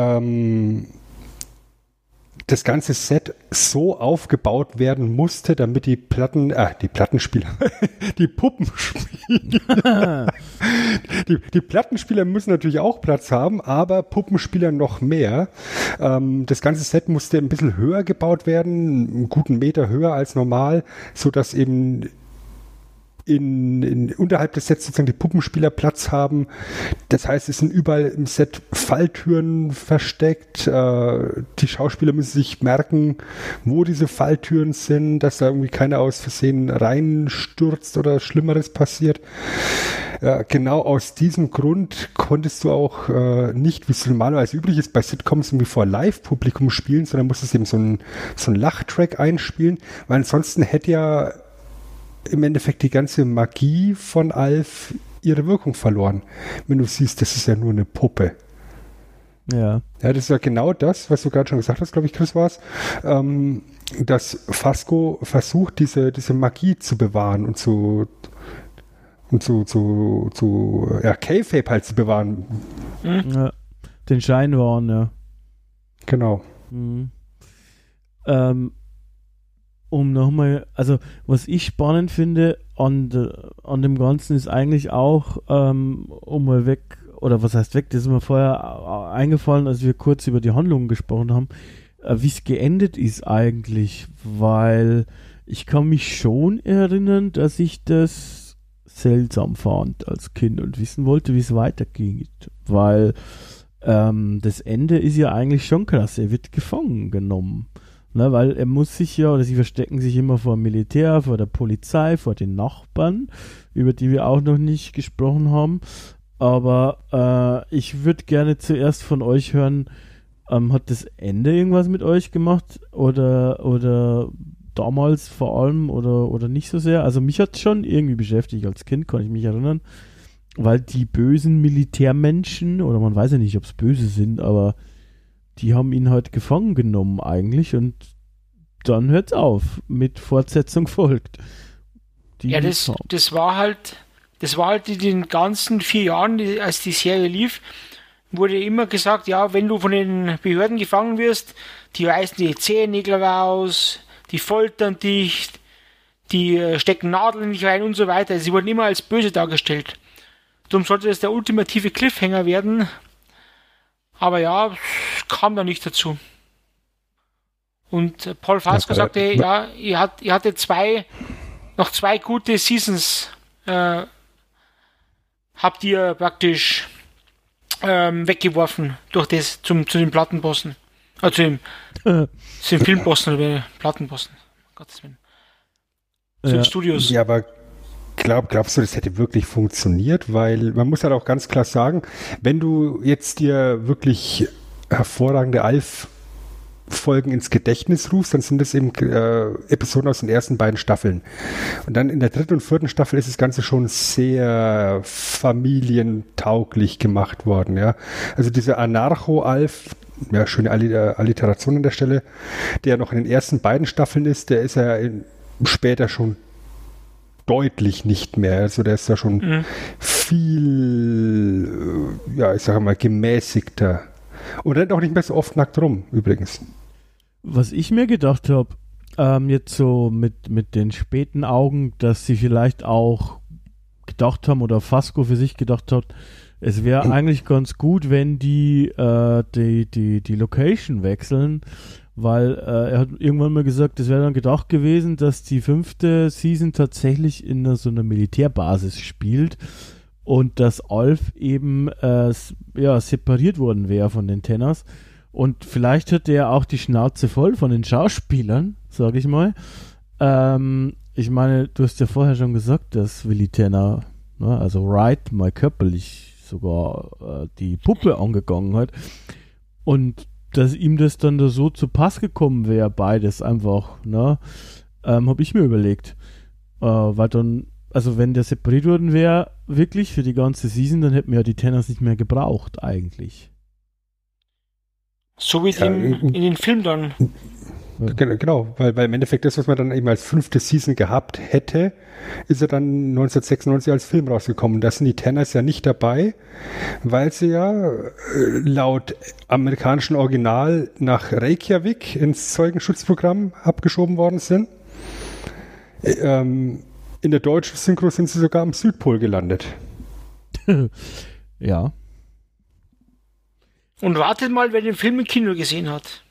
das ganze Set so aufgebaut werden musste, damit die Plattenspieler, die Puppenspieler, die Plattenspieler müssen natürlich auch Platz haben, aber Puppenspieler noch mehr. Das ganze Set musste ein bisschen höher gebaut werden, einen guten Meter höher als normal, so dass eben unterhalb des Sets sozusagen die Puppenspieler Platz haben. Das heißt, es sind überall im Set Falltüren versteckt. Die Schauspieler müssen sich merken, wo diese Falltüren sind, dass da irgendwie keiner aus Versehen reinstürzt oder Schlimmeres passiert. Genau aus diesem Grund konntest du auch nicht, wie es normalerweise üblich ist, bei Sitcoms irgendwie vor Live-Publikum spielen, sondern musstest eben so einen Lachtrack einspielen, weil ansonsten hätte ja im Endeffekt die ganze Magie von Alf ihre Wirkung verloren. Wenn du siehst, das ist ja nur eine Puppe. Ja. Ja, das ist ja genau das, was du gerade schon gesagt hast, glaube ich, Chris, war es, dass Fasco versucht, diese Magie zu bewahren und K-Fape halt zu bewahren. Ja, den Schein wahren, ja. Genau. Mhm. Um nochmal, also was ich spannend finde an dem Ganzen ist eigentlich auch, um mal weg, oder was heißt weg, das ist mir vorher eingefallen, als wir kurz über die Handlungen gesprochen haben, wie es geendet ist eigentlich, weil ich kann mich schon erinnern, dass ich das seltsam fand als Kind und wissen wollte, wie es weitergeht, weil das Ende ist ja eigentlich schon krass, er wird gefangen genommen. Ne, weil er muss sich ja, oder sie verstecken sich immer vor dem Militär, vor der Polizei, vor den Nachbarn, über die wir auch noch nicht gesprochen haben. Aber ich würde gerne zuerst von euch hören, hat das Ende irgendwas mit euch gemacht? Oder damals vor allem oder nicht so sehr? Also mich hat es schon irgendwie beschäftigt. Als Kind kann ich mich erinnern, weil die bösen Militärmenschen, oder man weiß ja nicht, ob es böse sind, aber die haben ihn halt gefangen genommen eigentlich und dann hört's auf. Mit Fortsetzung folgt. Das war halt in den ganzen 4 Jahren, als die Serie lief, wurde immer gesagt, ja, wenn du von den Behörden gefangen wirst, die reißen die Zehennägel raus, die foltern dich, die stecken Nadeln in dich rein und so weiter. Sie wurden immer als böse dargestellt. Darum sollte das der ultimative Cliffhanger werden. Aber ja, kam da nicht dazu. Und Paul Fasko sagte, ja, ihr hattet noch 2 gute Seasons, habt ihr praktisch weggeworfen durch das zu den Plattenbossen. Zu den Filmbossen oder Plattenbossen. Gottes Willen. Zu den Studios. Ja, aber glaubst du, das hätte wirklich funktioniert? Weil man muss halt auch ganz klar sagen, wenn du jetzt dir wirklich hervorragende Alf-Folgen ins Gedächtnis rufst, dann sind das eben Episoden aus den ersten beiden Staffeln. Und dann in der 3. und 4. Staffel ist das Ganze schon sehr familientauglich gemacht worden. Ja? Also dieser Anarcho-Alf, ja, schöne Alliteration an der Stelle, der noch in den ersten beiden Staffeln ist, der ist ja später schon deutlich nicht mehr. Also der ist ja schon viel, ich sage mal, gemäßigter. Und rennt auch nicht mehr so oft nackt rum, übrigens. Was ich mir gedacht habe, jetzt so mit den späten Augen, dass sie vielleicht auch gedacht haben oder Fasko für sich gedacht hat, es wäre eigentlich ganz gut, wenn die Location wechseln, weil er hat irgendwann mal gesagt, es wäre dann gedacht gewesen, dass die 5. Season tatsächlich in so einer Militärbasis spielt und dass Alf eben separiert worden wäre von den Tenners. Und vielleicht hätte er auch die Schnauze voll von den Schauspielern, sage ich mal. Ich meine, du hast ja vorher schon gesagt, dass Willy Tanner, also Wright mal körperlich sogar die Puppe angegangen hat. Und dass ihm das dann da so zu Pass gekommen wäre, beides einfach, habe ich mir überlegt. Weil dann, also wenn der separiert worden wäre, wirklich für die ganze Season, dann hätten wir ja die Tenners nicht mehr gebraucht, eigentlich. So wie in den Film dann. Genau, weil im Endeffekt das, was man dann eben als 5. Season gehabt hätte, ist er dann 1996 als Film rausgekommen. Da sind die Tenners ja nicht dabei, weil sie ja laut amerikanischen Original nach Reykjavik ins Zeugenschutzprogramm abgeschoben worden sind. In der deutschen Synchro sind sie sogar am Südpol gelandet. Ja. Und wartet mal, wer den Film im Kino gesehen hat.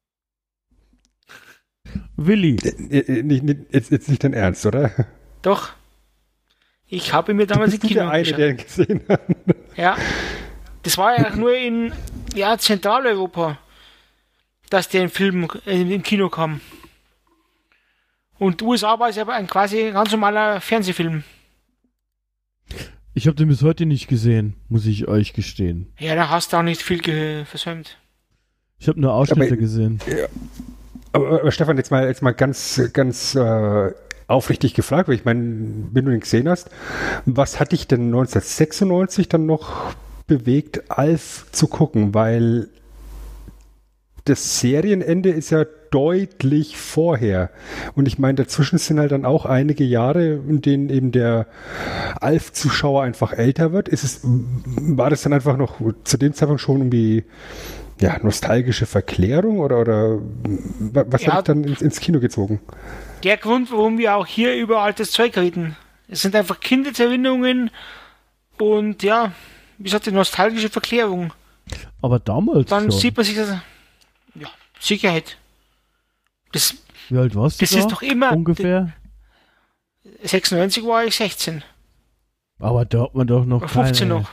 Willi. Jetzt nicht dein Ernst, oder? Doch. Ich habe mir damals im Kino geschaut. Der ihn gesehen hat. Ja. Das war ja nur in Zentraleuropa, dass der Film im Kino kam. Und USA war es aber quasi ein ganz normaler Fernsehfilm. Ich habe den bis heute nicht gesehen, muss ich euch gestehen. Ja, da hast du auch nicht viel versäumt. Ich habe nur Ausschnitte gesehen. Ja. Aber Stefan, jetzt mal ganz aufrichtig gefragt, weil ich meine, wenn du ihn gesehen hast, was hat dich denn 1996 dann noch bewegt, Alf zu gucken? Weil das Serienende ist ja deutlich vorher. Und ich meine, dazwischen sind halt dann auch einige Jahre, in denen eben der Alf-Zuschauer einfach älter wird. War das dann einfach noch zu dem Zeitpunkt schon irgendwie nostalgische Verklärung oder was hat dich dann ins Kino gezogen? Der Grund, warum wir auch hier über altes Zeug reden. Es sind einfach Kindheitserinnerungen und wie gesagt, die nostalgische Verklärung. Aber damals dann schon. Sieht man sich das. Ja, Sicherheit. Wie alt warst du das ist doch immer ungefähr? 96 war ich 16. Aber da hat man doch noch 15 noch.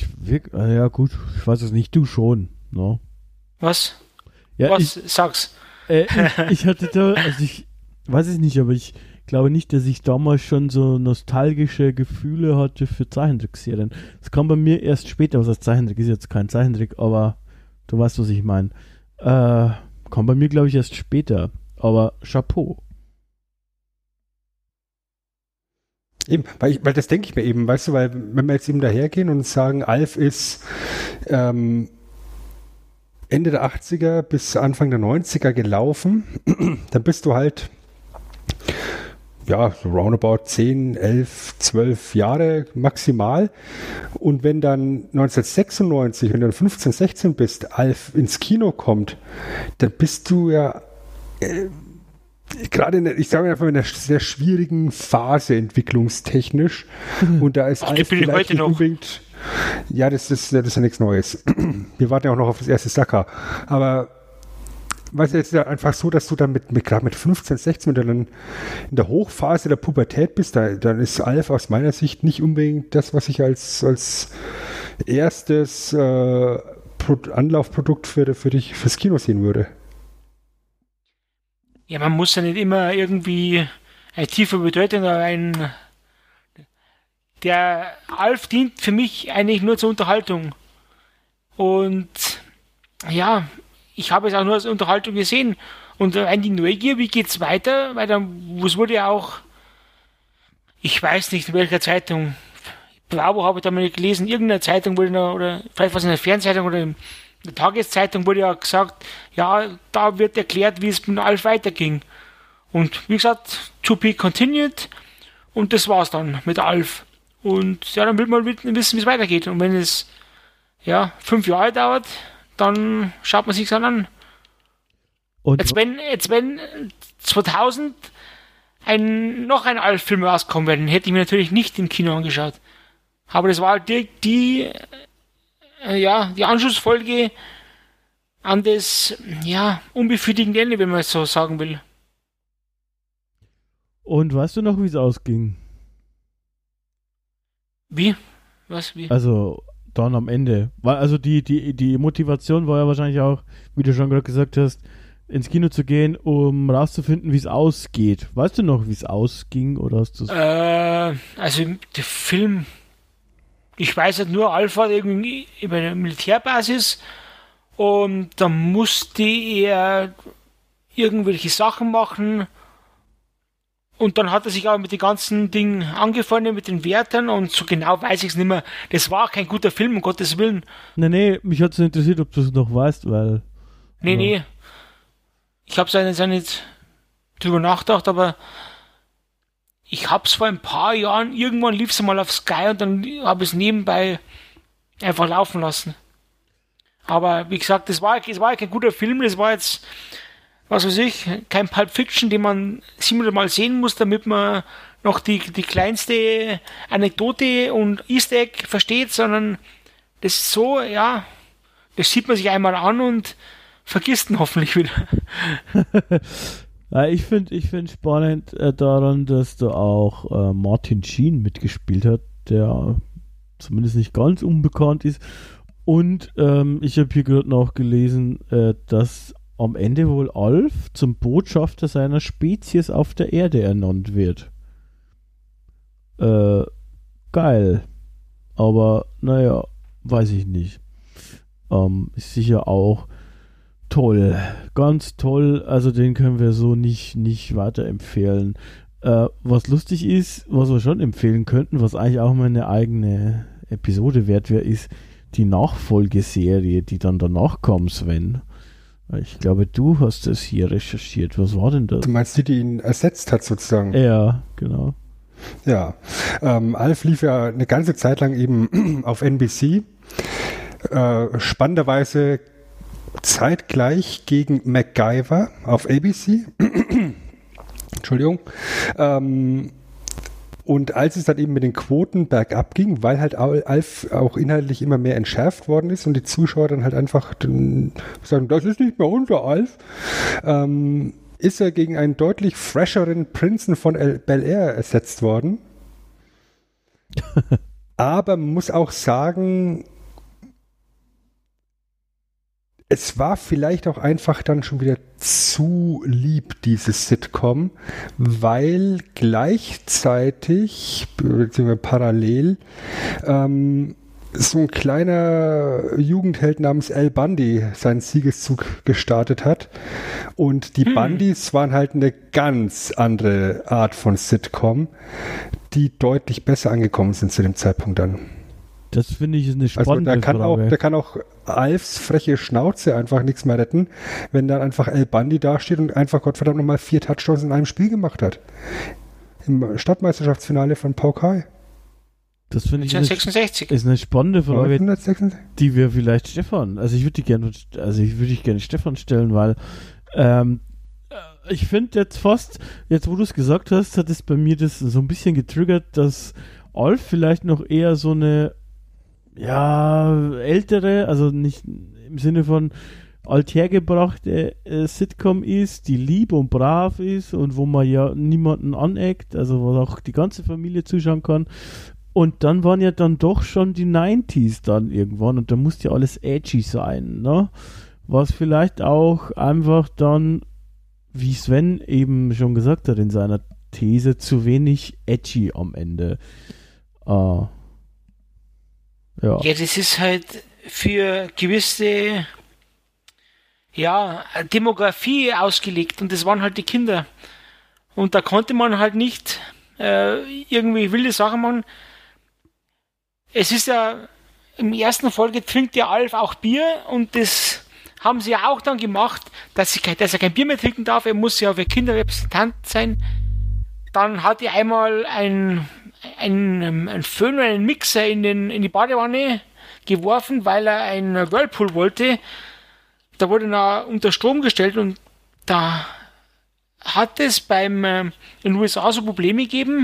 Ja gut, ich weiß es nicht, du schon. No? Was? Ja, sag's. Ich hatte da, also ich weiß es nicht, aber ich glaube nicht, dass ich damals schon so nostalgische Gefühle hatte für Zeichentrickserien. Das kam bei mir erst später, was als Zeichentrick ist jetzt kein Zeichentrick, aber du weißt, was ich meine. Kam bei mir, glaube ich, erst später, aber Chapeau. Eben, weil das denke ich mir eben, weißt du, weil wenn wir jetzt eben dahergehen und sagen, Alf ist Ende der 80er bis Anfang der 90er gelaufen, dann bist du halt ja, so roundabout 10, 11, 12 Jahre maximal. Und wenn dann 1996, wenn du dann 15, 16 bist, Alf ins Kino kommt, dann bist du ja gerade ich sage einfach in einer sehr schwierigen Phase entwicklungstechnisch. Und da ist Alf vielleicht nicht unbedingt, ja, das ist ja nichts Neues. Wir warten ja auch noch auf das erste Saka. Aber weißt du, jetzt ist ja einfach so, dass du dann gerade mit 15, 16, wenn du dann in der Hochphase der Pubertät bist, dann ist Alf aus meiner Sicht nicht unbedingt das, was ich als erstes Anlaufprodukt für dich fürs Kino sehen würde. Ja, man muss ja nicht immer irgendwie eine tiefe Bedeutung oder der Alf dient für mich eigentlich nur zur Unterhaltung. Und ja, ich habe es auch nur als Unterhaltung gesehen. Und die Neugier, wie geht's weiter? Weil es wurde ja auch, ich weiß nicht in welcher Zeitung, Bravo habe ich da mal gelesen, irgendeine Zeitung wurde noch, oder vielleicht was in der Fernzeitung oder in der Tageszeitung wurde ja gesagt, ja, da wird erklärt, wie es mit Alf weiterging. Und wie gesagt, to be continued. Und das war's dann mit Alf. Und ja, dann will man wissen, wie es weitergeht. Und wenn es 5 Jahre dauert, dann schaut man sich dann an. Und jetzt wenn 2000 noch ein Alf-Film rauskommen wäre, dann hätte ich mir natürlich nicht im Kino angeschaut. Aber das war halt die Anschlussfolge an das unbefriedigende Ende, wenn man es so sagen will. Und weißt du noch, wie es ausging? Wie? Was? Wie? Also dann am Ende. Also die Motivation war ja wahrscheinlich auch, wie du schon gerade gesagt hast, ins Kino zu gehen, um rauszufinden, wie es ausgeht. Weißt du noch, wie es ausging? Oder hast du also der Film, ich weiß halt nur, Alf war irgendwie über eine Militärbasis und da musste er irgendwelche Sachen machen. Und dann hat er sich auch mit den ganzen Dingen angefreundet, mit den Wärtern, und so genau weiß ich es nicht mehr. Das war kein guter Film, um Gottes Willen. Nee, mich hat es interessiert, ob du es noch weißt, weil... Nee. Ich habe es nicht drüber nachgedacht, aber ich habe es vor ein paar Jahren, irgendwann lief es mal auf Sky und dann habe ich es nebenbei einfach laufen lassen. Aber wie gesagt, es war kein guter Film, das war jetzt... was weiß ich, kein Pulp Fiction, den man 700 Mal sehen muss, damit man noch die kleinste Anekdote und Easter Egg versteht, sondern das ist so, ja, das sieht man sich einmal an und vergisst ihn hoffentlich wieder. Ja, ich find spannend daran, dass da auch Martin Sheen mitgespielt hat, der zumindest nicht ganz unbekannt ist. Und ich habe hier gerade noch gelesen, dass am Ende wohl Alf zum Botschafter seiner Spezies auf der Erde ernannt wird. Geil. Aber, naja, weiß ich nicht. Ist sicher auch toll. Ganz toll. Also den können wir so nicht weiterempfehlen. Was lustig ist, was wir schon empfehlen könnten, was eigentlich auch mal eine eigene Episode wert wäre, ist die Nachfolgeserie, die dann danach kam, Sven. Ich glaube, du hast das hier recherchiert. Was war denn das? Du meinst die ihn ersetzt hat, sozusagen? Ja, genau. Ja, Alf lief ja eine ganze Zeit lang eben auf NBC. Spannenderweise zeitgleich gegen MacGyver auf ABC. Entschuldigung. Und als es dann eben mit den Quoten bergab ging, weil halt Alf auch inhaltlich immer mehr entschärft worden ist und die Zuschauer dann halt einfach sagen, das ist nicht mehr unser Alf, ist er gegen einen deutlich fresheren Prinzen von Bel-Air ersetzt worden. Aber man muss auch sagen, es war vielleicht auch einfach dann schon wieder zu lieb, dieses Sitcom, weil gleichzeitig, beziehungsweise parallel, so ein kleiner Jugendheld namens Al Bundy seinen Siegeszug gestartet hat. Und die Bundys waren halt eine ganz andere Art von Sitcom, die deutlich besser angekommen sind zu dem Zeitpunkt dann. Das finde ich ist eine spannende Frage. Da kann auch Alfs freche Schnauze einfach nichts mehr retten, wenn dann einfach Al Bundy dasteht und einfach Gottverdammt nochmal 4 Touchdowns in einem Spiel gemacht hat. Im Stadtmeisterschaftsfinale von Paukai. Das finde ich 1966. Ist eine spannende Frage, 1966? Die wir vielleicht Stefan, also ich würde dich gerne Stefan stellen, weil ich finde jetzt wo du es gesagt hast, hat es bei mir das so ein bisschen getriggert, dass Alf vielleicht noch eher so eine ältere, also nicht im Sinne von althergebrachte Sitcom ist, die lieb und brav ist und wo man ja niemanden aneckt, also wo auch die ganze Familie zuschauen kann. Und dann waren ja dann doch schon die 90s dann irgendwann und da musste ja alles edgy sein, ne? Was vielleicht auch einfach dann, wie Sven eben schon gesagt hat in seiner These, zu wenig edgy am Ende. Ja, das ist halt für gewisse Demografie ausgelegt und das waren halt die Kinder. Und da konnte man halt nicht irgendwie wilde Sachen machen. Es ist ja, im ersten Folge trinkt ja Alf auch Bier und das haben sie ja auch dann gemacht, dass er kein Bier mehr trinken darf, er muss ja für Kinder Repräsentant sein. Dann hat er einmal ein Föhn oder einen Mixer in die Badewanne geworfen, weil er einen Whirlpool wollte. Da wurde er unter Strom gestellt und da hat es in den USA so Probleme gegeben.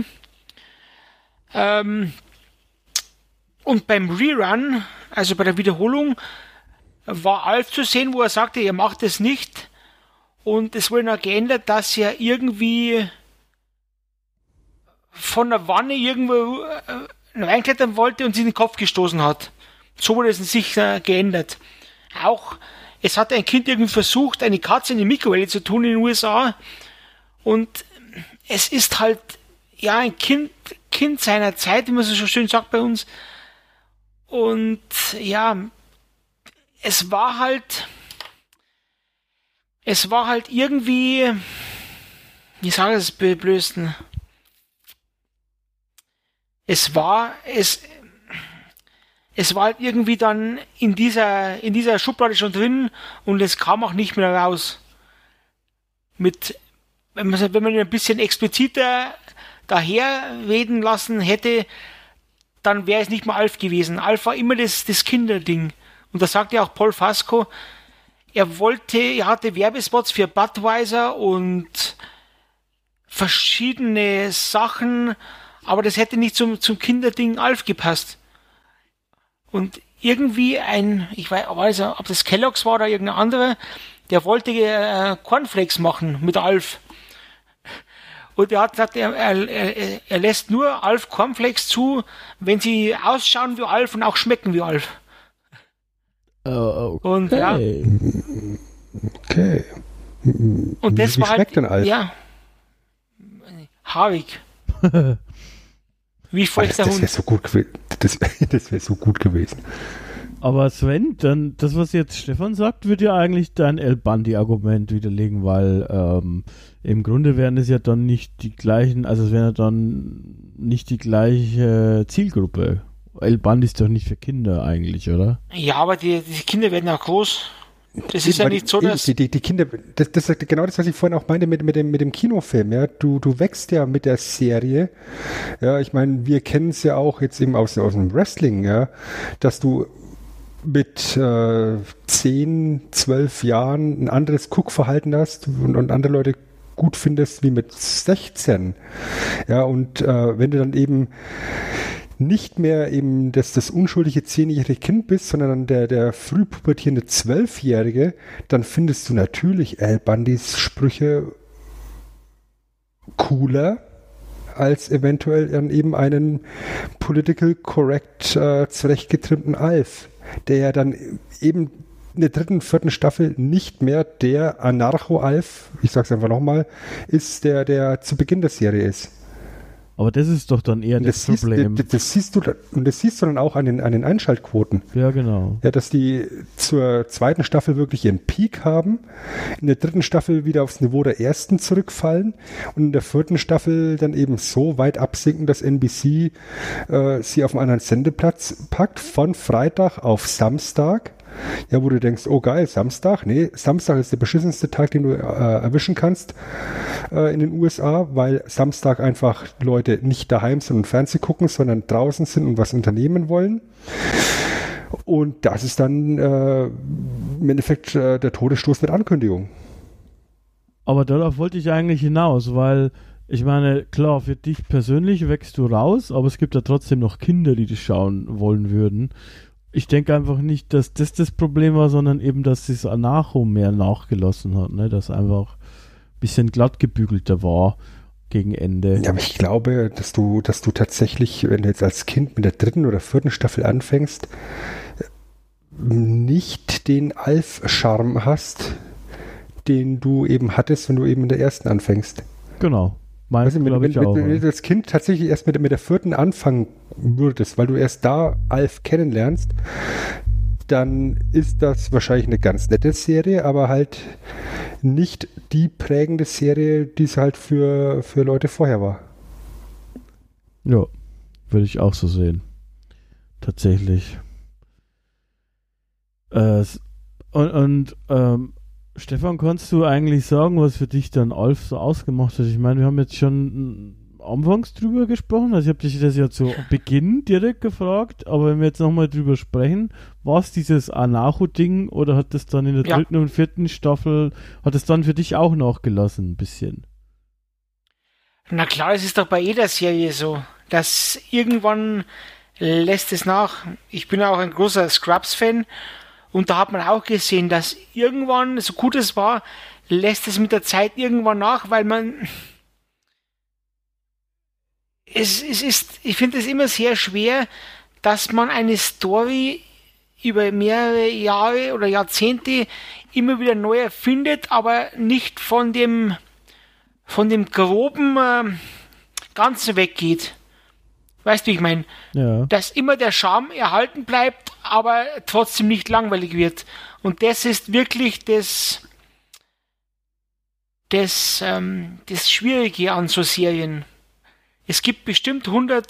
Und beim Rerun, also bei der Wiederholung, war Alf zu sehen, wo er sagte, er macht es nicht. Und es wurde noch geändert, dass er irgendwie von der Wanne irgendwo reinklettern wollte und sich in den Kopf gestoßen hat. So wurde es in sich geändert. Auch, es hat ein Kind irgendwie versucht, eine Katze in die Mikrowelle zu tun in den USA. Und es ist halt, ein Kind seiner Zeit, wie man so schön sagt bei uns. Und es war halt irgendwie, wie sage ich das blödsten? Es war halt irgendwie dann in dieser Schublade schon drin und es kam auch nicht mehr raus. Wenn man ihn ein bisschen expliziter daherreden lassen hätte, dann wäre es nicht mehr Alf gewesen. Alf war immer das Kinderding. Und da sagte auch Paul Fasco, er hatte Werbespots für Budweiser und verschiedene Sachen, aber das hätte nicht zum Kinderding Alf gepasst. Und irgendwie ich weiß nicht, ob das Kellogg's war oder irgendein anderer, der wollte Cornflakes machen mit Alf. Und er hat gesagt, er lässt nur Alf Cornflakes zu, wenn sie ausschauen wie Alf und auch schmecken wie Alf. Okay. Und Okay. Und das wie war schmeckt halt, denn Alf? haarig. Wie feuchter Das Hund. wäre so gut gewesen. Das wäre so gut gewesen. Aber Sven, dann das, was jetzt Stefan sagt, wird ja eigentlich dein El Bandi-Argument widerlegen, weil im Grunde wären es ja dann nicht die gleichen, also es wäre ja dann nicht die gleiche Zielgruppe. El Bandi ist doch nicht für Kinder eigentlich, oder? Ja, aber die Kinder werden auch groß. Das ist ja nicht so, dass... Die Kinder, das ist genau das, was ich vorhin auch meinte mit dem Kinofilm, ja. Du wächst ja mit der Serie. Ja, ich meine, wir kennen es ja auch jetzt eben aus dem Wrestling, ja, dass du mit 10, 12 Jahren ein anderes Guckverhalten hast und andere Leute gut findest wie mit 16. Ja, und wenn du dann eben nicht mehr eben das unschuldige 10-jährige Kind bist, sondern dann der früh pubertierende 12-Jährige, dann findest du natürlich Al Bundys Sprüche cooler als eventuell dann eben einen political correct zurechtgetrimmten Alf, der ja dann eben in der 3., 4. Staffel nicht mehr der Anarcho-Alf, ich sag's einfach nochmal, ist, der zu Beginn der Serie ist. Aber das ist doch dann eher das Problem. Das siehst du dann auch an den Einschaltquoten. Ja, genau. Ja, dass die zur 2. Staffel wirklich ihren Peak haben, in der 3. Staffel wieder aufs Niveau der 1. zurückfallen und in der 4. Staffel dann eben so weit absinken, dass NBC sie auf einen anderen Sendeplatz packt, von Freitag auf Samstag. Ja, wo du denkst, oh geil, Samstag? Nee, Samstag ist der beschissenste Tag, den du erwischen kannst in den USA, weil Samstag einfach Leute nicht daheim sind und Fernsehen gucken, sondern draußen sind und was unternehmen wollen. Und das ist dann im Endeffekt der Todesstoß mit Ankündigung. Aber darauf wollte ich eigentlich hinaus, weil ich meine, klar, für dich persönlich wächst du raus, aber es gibt ja trotzdem noch Kinder, die das schauen wollen würden. Ich denke einfach nicht, dass das Problem war, sondern eben, dass das Anarcho mehr nachgelassen hat, ne? Dass einfach ein bisschen glattgebügelter war gegen Ende. Ja, aber ich glaube, dass du tatsächlich, wenn du jetzt als Kind mit der 3. oder 4. Staffel anfängst, nicht den Alf-Charme hast, den du eben hattest, wenn du eben in der 1. anfängst. Genau. Also wenn du als Kind tatsächlich erst mit der 4. anfangen würdest, weil du erst da Alf kennenlernst, dann ist das wahrscheinlich eine ganz nette Serie, aber halt nicht die prägende Serie, die es halt für Leute vorher war. Ja, würde ich auch so sehen. Tatsächlich. Stefan, kannst du eigentlich sagen, was für dich dann Alf so ausgemacht hat? Ich meine, wir haben jetzt schon anfangs drüber gesprochen, also ich habe dich das ja zu Beginn direkt gefragt, aber wenn wir jetzt nochmal drüber sprechen, war es dieses Anarcho-Ding oder hat das dann in der 3. und 4. Staffel, hat es dann für dich auch nachgelassen ein bisschen? Na klar, es ist doch bei jeder Serie so, dass irgendwann lässt es nach. Ich bin auch ein großer Scrubs-Fan. Und da hat man auch gesehen, dass irgendwann, so gut es war, lässt es mit der Zeit irgendwann nach, weil man ich finde es immer sehr schwer, dass man eine Story über mehrere Jahre oder Jahrzehnte immer wieder neu erfindet, aber nicht von dem groben Ganzen weggeht. Weißt du, wie ich meine? Ja. Dass immer der Charme erhalten bleibt, aber trotzdem nicht langweilig wird. Und das ist wirklich das Schwierige an so Serien. Es gibt bestimmt 100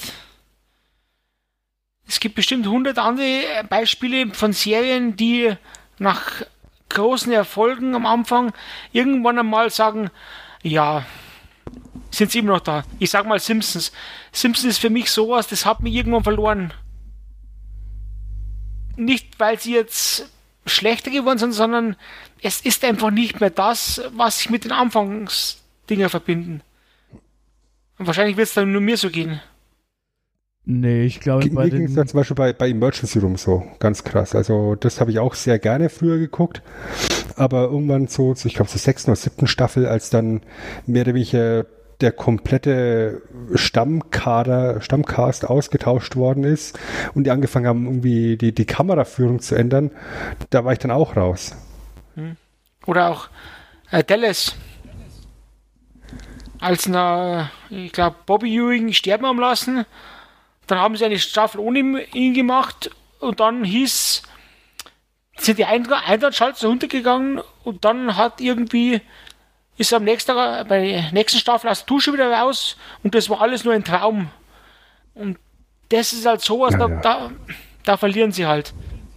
andere Beispiele von Serien, die nach großen Erfolgen am Anfang irgendwann einmal sagen, ja, sind sie immer noch da. Ich sag mal Simpsons. Simpsons ist für mich sowas, das hat mich irgendwann verloren. Nicht, weil sie jetzt schlechter geworden sind, sondern es ist einfach nicht mehr das, was sich mit den Anfangsdinger verbinden. Und wahrscheinlich wird es dann nur mir so gehen. Nee, ich glaube Mir ging es dann zum Beispiel bei Emergency Room so, ganz krass. Also das habe ich auch sehr gerne früher geguckt, aber irgendwann so ich glaube zur 6. oder 7. Staffel, als dann mehr oder weniger der komplette Stammcast ausgetauscht worden ist und die angefangen haben, irgendwie die Kameraführung zu ändern, da war ich dann auch raus. Oder auch Dallas. Als ich glaube, Bobby Ewing sterben haben lassen, dann haben sie eine Staffel ohne ihn gemacht und dann sind die Eintrachtschalter runtergegangen und dann ist am nächsten Tag bei der nächsten Staffel aus der Dusche wieder raus und das war alles nur ein Traum. Und das ist halt sowas, da verlieren sie halt.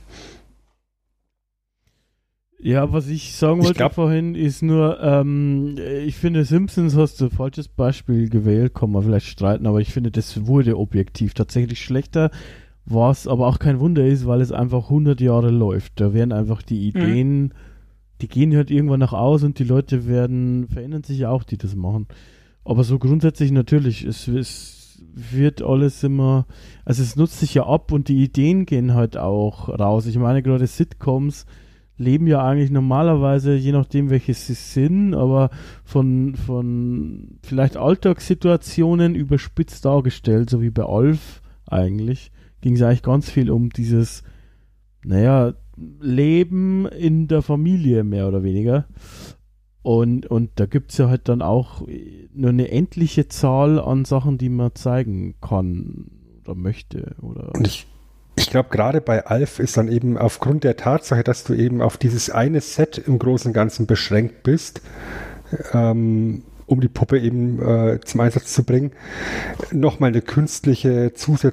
Ja, was ich sagen wollte vorhin ist nur, ich finde Simpsons hast du ein falsches Beispiel gewählt, kann man vielleicht streiten, aber ich finde, das wurde objektiv tatsächlich schlechter, was aber auch kein Wunder ist, weil es einfach 100 Jahre läuft. Da werden einfach die Ideen, die gehen halt irgendwann nach aus und die Leute verändern sich ja auch, die das machen. Aber so grundsätzlich natürlich, es wird alles immer, also es nutzt sich ja ab und die Ideen gehen halt auch raus. Ich meine, gerade Sitcoms leben ja eigentlich normalerweise, je nachdem welches sie sind, aber von vielleicht Alltagssituationen überspitzt dargestellt, so wie bei Alf eigentlich, ging es eigentlich ganz viel um dieses, naja, leben in der Familie, mehr oder weniger. Und da gibt es ja halt dann auch nur eine endliche Zahl an Sachen, die man zeigen kann oder möchte. Und ich glaube, gerade bei Alf ist dann eben aufgrund der Tatsache, dass du eben auf dieses eine Set im Großen und Ganzen beschränkt bist, um die Puppe eben zum Einsatz zu bringen, nochmal eine künstlicher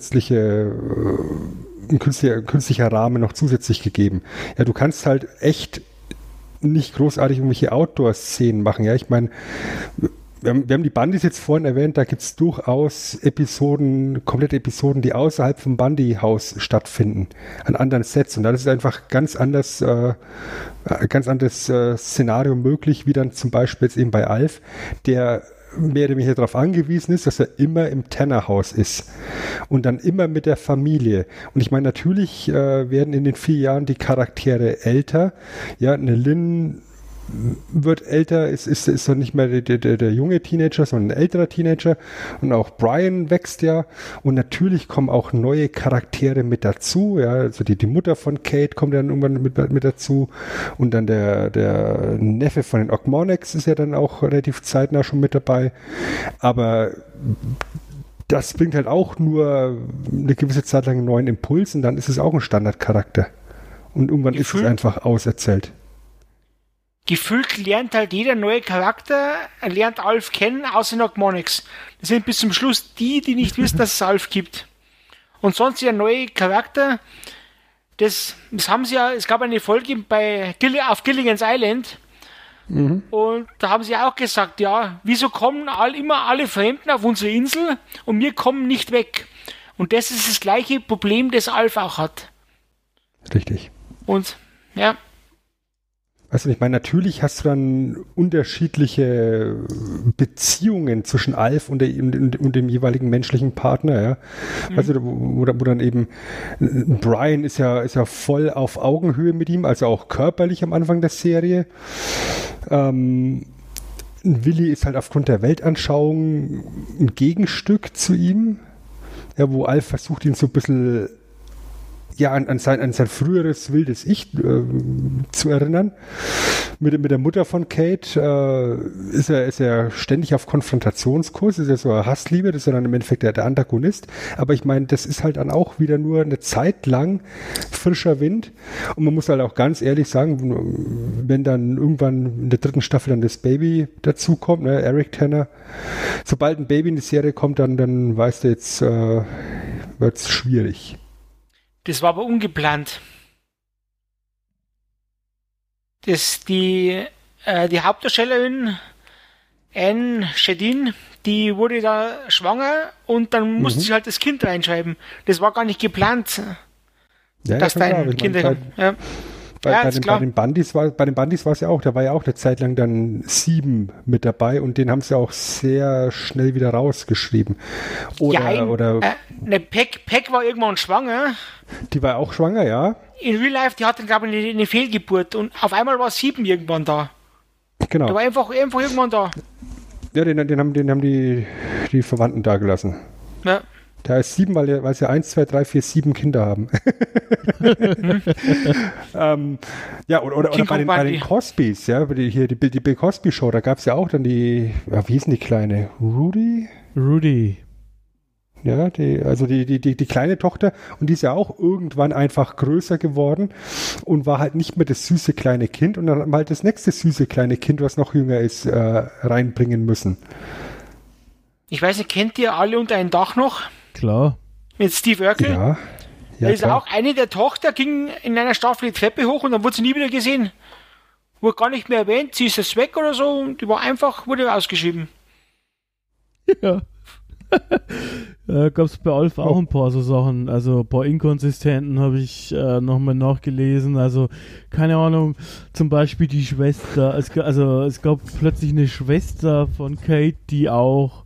Rahmen noch zusätzlich gegeben. Ja, du kannst halt echt nicht großartig irgendwelche Outdoor-Szenen machen. Ja, ich meine, wir haben die Bundys jetzt vorhin erwähnt, da gibt es durchaus komplette Episoden, die außerhalb vom Bundy-Haus stattfinden, an anderen Sets. Und da ist einfach ganz anderes Szenario möglich, wie dann zum Beispiel jetzt eben bei Alf, der mehr oder weniger darauf angewiesen ist, dass er immer im Tanner-Haus ist und dann immer mit der Familie. Und ich meine, natürlich werden in den 4 Jahren die Charaktere älter. Ja, eine Lynn wird älter, ist dann nicht mehr der junge Teenager, sondern ein älterer Teenager. Und auch Brian wächst ja. Und natürlich kommen auch neue Charaktere mit dazu. Ja, also die Mutter von Kate kommt dann irgendwann mit dazu. Und dann der Neffe von den Ogmonics ist ja dann auch relativ zeitnah schon mit dabei. Aber das bringt halt auch nur eine gewisse Zeit lang einen neuen Impuls und dann ist es auch ein Standardcharakter. Und irgendwann ist es einfach auserzählt. Gefühlt lernt halt jeder neue Charakter, lernt Alf kennen, außer Ogmonics. Das sind bis zum Schluss die nicht wissen, dass es Alf gibt. Und sonst der neue Charakter, das haben sie ja, es gab eine Folge auf Gilligan's Island, und da haben sie auch gesagt, ja, wieso kommen immer alle Fremden auf unsere Insel und wir kommen nicht weg? Und das ist das gleiche Problem, das Alf auch hat. Richtig. Und, ja. Also ich meine, natürlich hast du dann unterschiedliche Beziehungen zwischen Alf und dem jeweiligen menschlichen Partner, ja. Also wo dann eben Brian ist ja voll auf Augenhöhe mit ihm, also auch körperlich am Anfang der Serie. Willi ist halt aufgrund der Weltanschauung ein Gegenstück zu ihm, ja, wo Alf versucht, ihn so ein bisschen an sein früheres wildes Ich zu erinnern. Mit der Mutter von Kate ist er ständig auf Konfrontationskurs, ist ja so eine Hassliebe, das ist ja dann im Endeffekt der Antagonist. Aber ich meine, das ist halt dann auch wieder nur eine Zeit lang frischer Wind. Und man muss halt auch ganz ehrlich sagen, wenn dann irgendwann in der 3. Staffel dann das Baby dazukommt, ne, Eric Tanner, sobald ein Baby in die Serie kommt, dann weißt du, jetzt wird es schwierig. Das war aber ungeplant. Die Hauptdarstellerin Anne Shedin, die wurde da schwanger und dann musste sie halt das Kind reinschreiben. Das war gar nicht geplant, dass da ein Kind kommt. Bei den Bundys war es ja auch, da war ja auch eine Zeit lang dann 7 mit dabei und den haben sie auch sehr schnell wieder rausgeschrieben. Peck war irgendwann schwanger. Die war auch schwanger, ja. In Real Life, die hatte, glaube ich, eine Fehlgeburt und auf einmal war 7 irgendwann da. Genau. Der war einfach irgendwann da. Ja, den haben die Verwandten da gelassen. Ja. Der ist 7, weil sie 1, 2, 3, 4, 7 Kinder haben. Oder bei den Cosbys, ja, die Bill Cosby Show, da gab es ja auch dann wie hießen die Kleine? Rudy. Ja, die kleine Tochter, und die ist ja auch irgendwann einfach größer geworden und war halt nicht mehr das süße kleine Kind, und dann haben wir halt das nächste süße kleine Kind, was noch jünger ist, reinbringen müssen. Ich weiß nicht, kennt ihr alle unter einem Dach noch? Klar. Mit Steve Urkel? Ja, da ist klar. Auch eine der Tochter, ging in einer Staffel die Treppe hoch und dann wurde sie nie wieder gesehen. Wurde gar nicht mehr erwähnt, sie ist jetzt weg oder so, und die wurde ausgeschrieben. Ja. Gab es bei Alf auch ein paar so Sachen, also ein paar Inkonsistenten habe ich nochmal nachgelesen, also keine Ahnung, zum Beispiel die Schwester, es gab plötzlich eine Schwester von Kate, die auch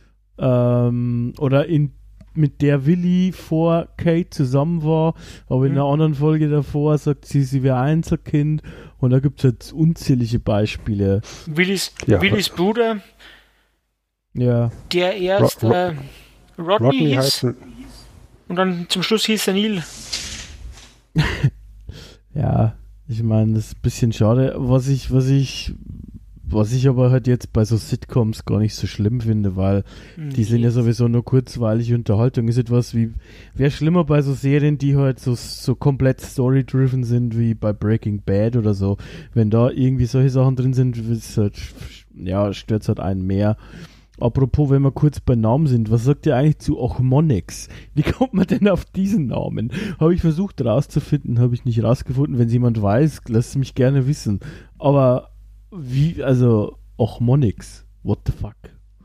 mit der Willi vor Kate zusammen war, aber in einer anderen Folge davor sagt sie wäre Einzelkind, und da gibt es jetzt unzählige Beispiele. Willis Bruder, ja, der erst Rodney hieß und dann zum Schluss hieß er Neil. Ja, ich meine, das ist ein bisschen schade. Was ich aber halt jetzt bei so Sitcoms gar nicht so schlimm finde, weil die sind ja sowieso nur kurzweilige Unterhaltung. Ist etwas wie, wäre schlimmer bei so Serien, die halt so komplett story-driven sind, wie bei Breaking Bad oder so. Wenn da irgendwie solche Sachen drin sind, halt, ja, stört es halt einen mehr. Apropos, wenn wir kurz bei Namen sind, was sagt ihr eigentlich zu Ochmoneks? Wie kommt man denn auf diesen Namen? Habe ich versucht rauszufinden, habe ich nicht rausgefunden. Wenn es jemand weiß, lasst es mich gerne wissen. Aber wie, also, Ochmoneks, what the fuck?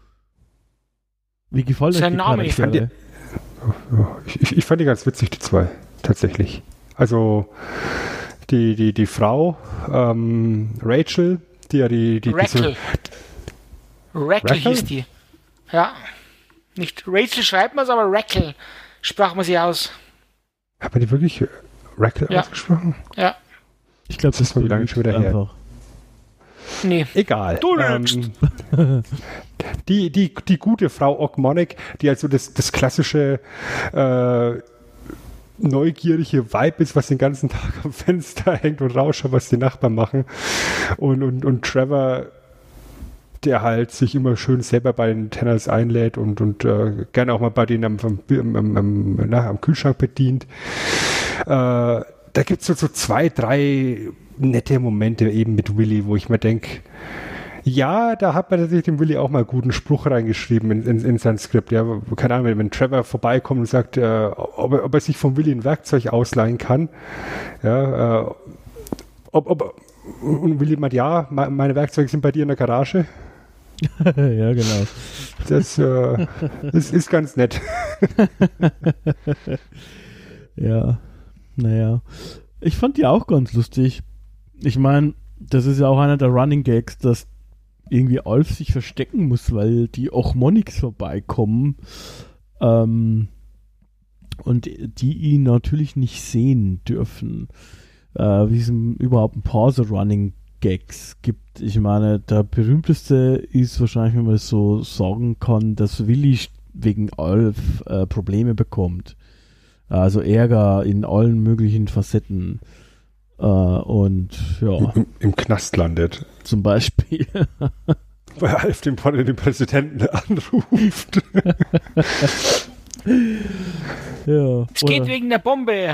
Wie gefällt euch die Charaktere? Ich fand die ganz witzig, die zwei, tatsächlich. Also, die Frau, Rachel, die ja die Rackle hieß die. Ja. Nicht Rachel schreibt man es, aber Rackle sprach man sie aus. Hat man die wirklich Rackle ausgesprochen? Ja. Ich glaube, das war wie lange schon wieder her. Nee. Egal. Du lügst. Die gute Frau Ochmonek, die also das klassische neugierige Vibe ist, was den ganzen Tag am Fenster hängt und rausschaut, was die Nachbarn machen. Und Trevor, der halt sich immer schön selber bei den Tenners einlädt und gerne auch mal bei denen am Kühlschrank bedient. Da gibt es so 2, 3 nette Momente eben mit Willy, wo ich mir denke, ja, da hat man tatsächlich dem Willy auch mal einen guten Spruch reingeschrieben in sein Skript. Ja, keine Ahnung, wenn Trevor vorbeikommt und sagt, ob er sich vom Willy ein Werkzeug ausleihen kann. Ja, und Willy meint, ja, meine Werkzeuge sind bei dir in der Garage. Ja, genau. Das ist ganz nett. Ja, naja. Ich fand die auch ganz lustig. Ich meine, das ist ja auch einer der Running Gags, dass irgendwie Alf sich verstecken muss, weil die Ochmoneks vorbeikommen und die ihn natürlich nicht sehen dürfen. Wie es überhaupt ein paar so Running Gags gibt. Ich meine, der berühmteste ist wahrscheinlich, wenn man das so sagen kann, dass Willy wegen Alf Probleme bekommt. Also Ärger in allen möglichen Facetten. Und ja. Im Knast landet. Zum Beispiel. Weil Alf den Präsidenten anruft. Ja. Es geht wegen der Bombe.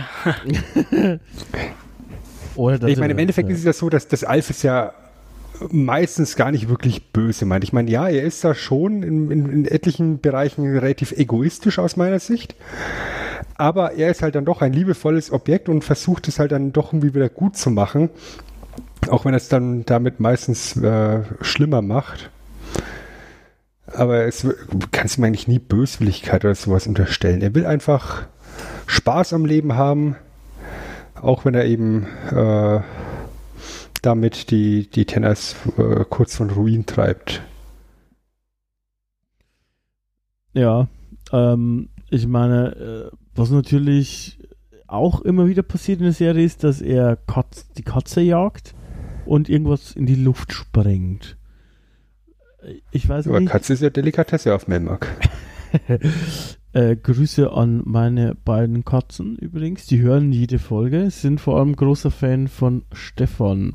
Ich meine, im Endeffekt ist es ja so, dass Alf es ja meistens gar nicht wirklich böse meint. Ich meine, ja, er ist da schon in etlichen Bereichen relativ egoistisch aus meiner Sicht. Aber er ist halt dann doch ein liebevolles Objekt und versucht es halt dann doch irgendwie wieder gut zu machen. Auch wenn er es dann damit meistens schlimmer macht. Aber es kannst du mir eigentlich nie Böswilligkeit oder sowas unterstellen. Er will einfach Spaß am Leben haben. Auch wenn er eben damit die Tenners kurz von Ruin treibt. Ja, ich meine, was natürlich auch immer wieder passiert in der Serie ist, dass er die Katze jagt und irgendwas in die Luft sprengt. Ich weiß nicht. Aber Katze ist ja Delikatesse auf Melmark. Grüße an meine beiden Katzen übrigens. Die hören jede Folge. Sind vor allem großer Fan von Stefan.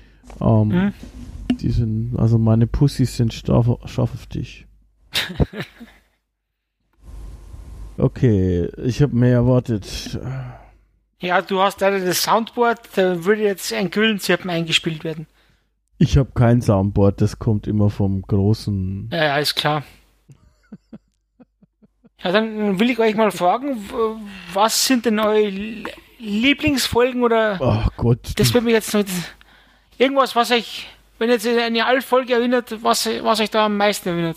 Die sind, also meine Pussys sind scharf auf dich. Okay, ich habe mehr erwartet. Ja, du hast leider das Soundboard, da würde jetzt ein Güllenzirpen eingespielt werden. Ich habe kein Soundboard, das kommt immer vom großen... Ja, ist klar. Ja, dann will ich euch mal fragen, was sind denn eure Lieblingsfolgen oder... Ach Gott. Das wird mich jetzt noch... Irgendwas, was euch, wenn jetzt eine Alt-Folge erinnert, was euch da am meisten erinnert.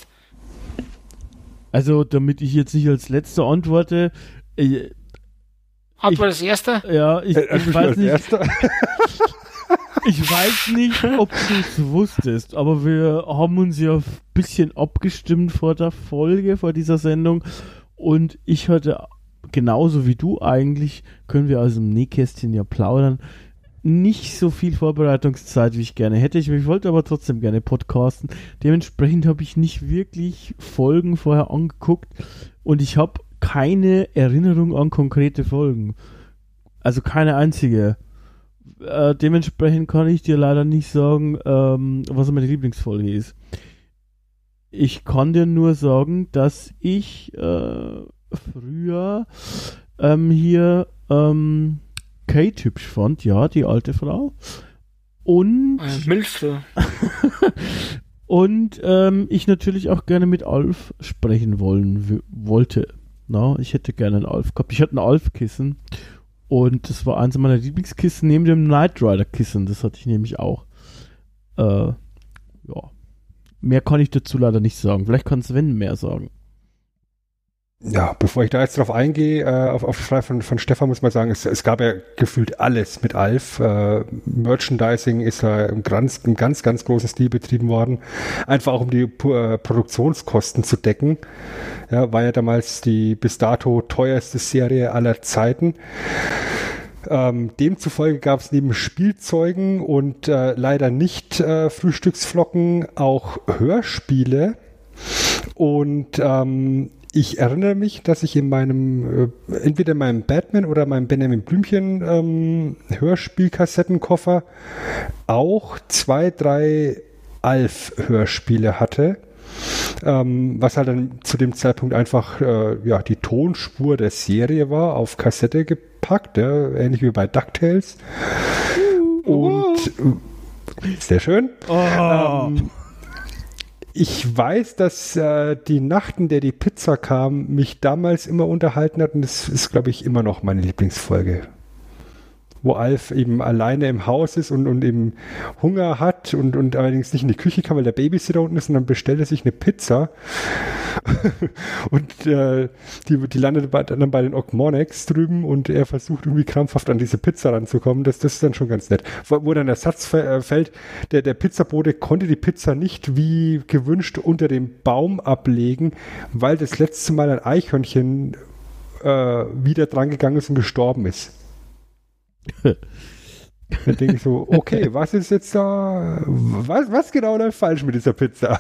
Also, damit ich jetzt nicht als Letzter antworte... Antwort als Erster? Ja, ich weiß nicht... Ich weiß nicht, ob du es wusstest, aber wir haben uns ja ein bisschen abgestimmt vor der Folge, vor dieser Sendung, und ich hatte, genauso wie du eigentlich, können wir aus dem Nähkästchen ja plaudern, nicht so viel Vorbereitungszeit, wie ich gerne hätte. Ich wollte aber trotzdem gerne podcasten. Dementsprechend habe ich nicht wirklich Folgen vorher angeguckt und ich habe keine Erinnerung an konkrete Folgen. Also keine einzige. Dementsprechend kann ich dir leider nicht sagen, was meine Lieblingsfolge ist. Ich kann dir nur sagen, dass ich früher hier Kate hübsch fand, ja, die alte Frau. Und Milf. und ich natürlich auch gerne mit Alf sprechen wollte. Na, ich hätte gerne einen Alf gehabt. Ich hatte ein Alf-Kissen und das war eins meiner Lieblingskissen neben dem Knight Rider-Kissen. Das hatte ich nämlich auch. Ja. Mehr kann ich dazu leider nicht sagen. Vielleicht kann Sven mehr sagen. Ja, bevor ich da jetzt drauf eingehe, auf die Frage von Stefan muss man sagen, es gab ja gefühlt alles mit Alf. Merchandising ist ja im ganz, ganz großen Stil betrieben worden. Einfach auch um die Produktionskosten zu decken. Ja, war ja damals die bis dato teuerste Serie aller Zeiten. Demzufolge gab es neben Spielzeugen und leider nicht Frühstücksflocken auch Hörspiele. Und ich erinnere mich, dass ich in meinem, entweder in meinem Batman oder meinem Benjamin Blümchen Hörspielkassettenkoffer auch 2, 3 Alf-Hörspiele hatte. Was halt dann zu dem Zeitpunkt einfach die Tonspur der Serie war, auf Kassette gepackt, ja, ähnlich wie bei DuckTales. Und sehr schön. Ich weiß, dass die Nacht, in der die Pizza kam, mich damals immer unterhalten hat und das ist, glaube ich, immer noch meine Lieblingsfolge. Wo Alf eben alleine im Haus ist und eben Hunger hat und allerdings nicht in die Küche kann, weil der Babysitter unten ist und dann bestellt er sich eine Pizza und die landet dann bei den Ogmonics drüben und er versucht irgendwie krampfhaft an diese Pizza ranzukommen. Das ist dann schon ganz nett. Wo dann der Satz fällt, der Pizzabote konnte die Pizza nicht wie gewünscht unter dem Baum ablegen, weil das letzte Mal ein Eichhörnchen wieder dran gegangen ist und gestorben ist. Dann denke ich so, okay, was ist jetzt da, was genau läuft falsch mit dieser Pizza?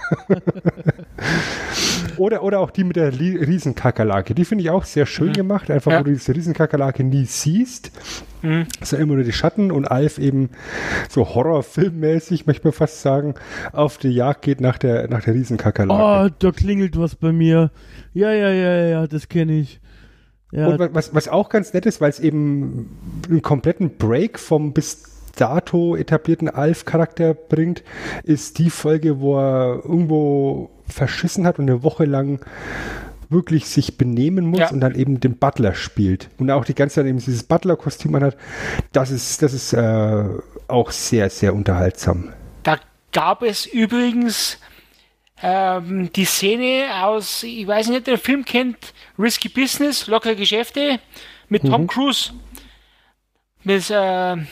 oder auch die mit der Riesenkakerlake, die finde ich auch sehr schön gemacht, einfach wo du diese Riesenkakerlake nie siehst, sondern immer nur die Schatten und Alf eben so horrorfilmmäßig, möchte man fast sagen, auf die Jagd geht nach der Riesenkakerlake. Oh, da klingelt was bei mir. Ja, das kenne ich. Ja. Und was auch ganz nett ist, weil es eben einen kompletten Break vom bis dato etablierten Alf-Charakter bringt, ist die Folge, wo er irgendwo verschissen hat und eine Woche lang wirklich sich benehmen muss und dann eben den Butler spielt. Und auch die ganze Zeit eben dieses Butler-Kostüm anhat. Das ist auch sehr, sehr unterhaltsam. Da gab es übrigens die Szene aus, ich weiß nicht, der Film kennt, Risky Business, lockere Geschäfte, mit Tom Cruise. Mit, sagen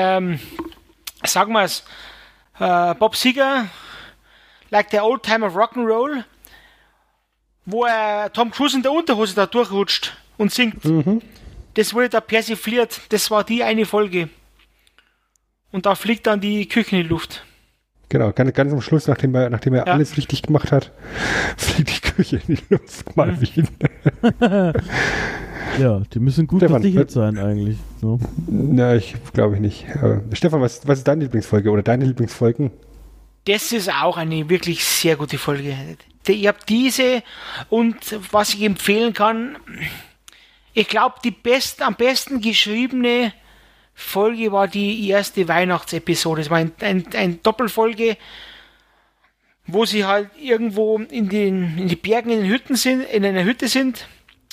wir es, Bob Seger, like the old time of Rock'n'Roll, wo Tom Cruise in der Unterhose da durchrutscht und singt. Das wurde da persifliert. Das war die eine Folge. Und da fliegt dann die Küche in die Luft. Genau, ganz am Schluss, nachdem er alles richtig gemacht hat, fliegt die Küche in die Luft mal wieder. Ja, die müssen gut versichert sein eigentlich. So. Na, ich glaube nicht. Stefan, was ist deine Lieblingsfolge oder deine Lieblingsfolgen? Das ist auch eine wirklich sehr gute Folge. Ich habe diese und was ich empfehlen kann, ich glaube, die am besten geschriebene Folge war die erste Weihnachtsepisode. Es war eine Doppelfolge, wo sie halt irgendwo in die Bergen in einer Hütte sind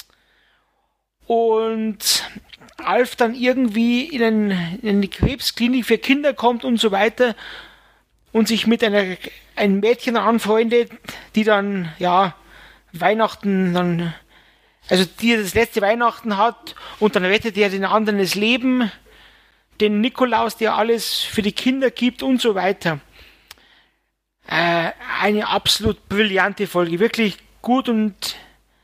und Alf dann irgendwie in eine Krebsklinik für Kinder kommt und so weiter und sich mit einem Mädchen anfreundet, die dann Weihnachten dann, also die das letzte Weihnachten hat und dann rettet er den anderen das Leben, den Nikolaus, der alles für die Kinder gibt und so weiter. Eine absolut brillante Folge, wirklich gut und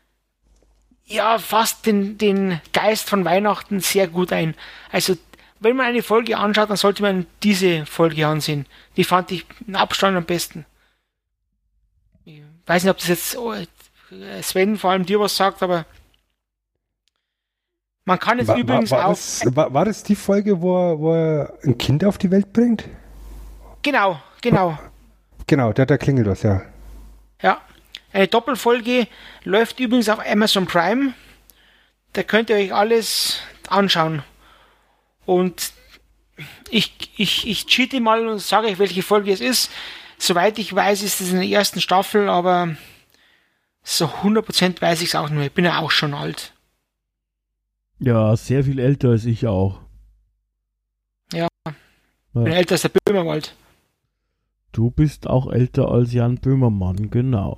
fasst den Geist von Weihnachten sehr gut ein. Also, wenn man eine Folge anschaut, dann sollte man diese Folge ansehen. Die fand ich im Abstand am besten. Ich weiß nicht, ob das jetzt Sven vor allem dir was sagt, aber Man kann es übrigens auch... War das die Folge, wo er ein Kind auf die Welt bringt? Genau. Genau, da klingelt was, ja. Ja, eine Doppelfolge läuft übrigens auf Amazon Prime. Da könnt ihr euch alles anschauen. Und ich cheate mal und sage euch, welche Folge es ist. Soweit ich weiß, ist es in der ersten Staffel, aber so 100% weiß ich es auch nicht mehr. Ich bin ja auch schon alt. Ja, sehr viel älter als ich auch. Ja. Ich bin älter als der Böhmerwald. Du bist auch älter als Jan Böhmermann, genau.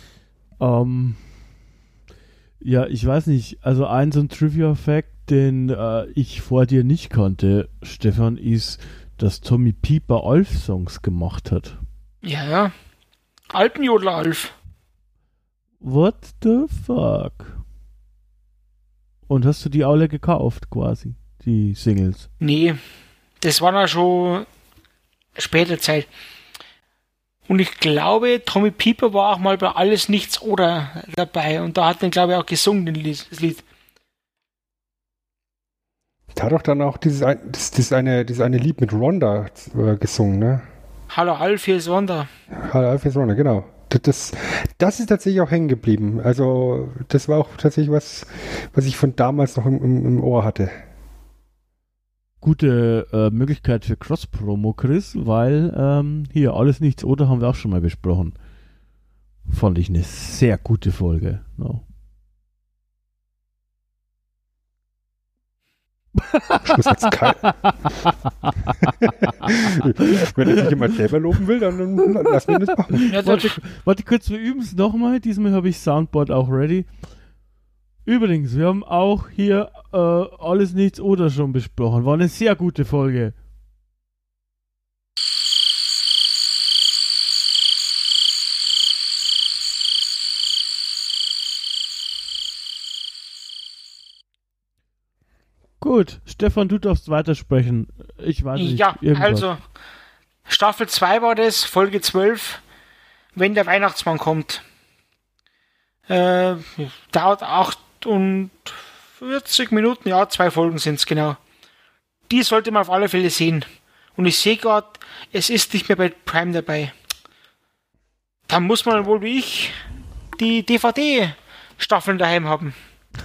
Ja, ich weiß nicht, also so ein Trivia-Fact, den ich vor dir nicht kannte, Stefan, ist, dass Tommy Pieper Alf-Songs gemacht hat. Ja. Alpenjodler Alf. What the fuck? Und hast du die alle gekauft, quasi, die Singles? Nee, das war dann schon später Zeit. Und ich glaube, Tommy Pieper war auch mal bei Alles Nichts oder dabei. Und da hat er, glaube ich, auch gesungen, das Lied. Der hat doch dann auch dieses eine Lied mit Rhonda gesungen, ne? Hallo Alf, hier ist Rhonda. Hallo Alf, hier ist Rhonda, genau. Das ist tatsächlich auch hängen geblieben. Also das war auch tatsächlich was ich von damals noch im Ohr hatte. Gute Möglichkeit für Cross-Promo, Chris, weil hier Alles Nichts oder haben wir auch schon mal besprochen. Fand ich eine sehr gute Folge. No. Schluss hat's kein. Wenn er sich jemand selber loben will, dann lass mir das machen. Ja, warte kurz, wir üben es nochmal. Diesmal habe ich Soundboard auch ready. Übrigens, wir haben auch hier Alles Nichts oder schon besprochen. War eine sehr gute Folge. Gut, Stefan, du darfst weitersprechen. Ich weiß nicht. Ja, irgendwas. Also, Staffel 2 war das, Folge 12, wenn der Weihnachtsmann kommt. Dauert 48 Minuten, ja, 2 Folgen sind es genau. Die sollte man auf alle Fälle sehen. Und ich sehe gerade, es ist nicht mehr bei Prime dabei. Da muss man wohl wie ich die DVD-Staffeln daheim haben.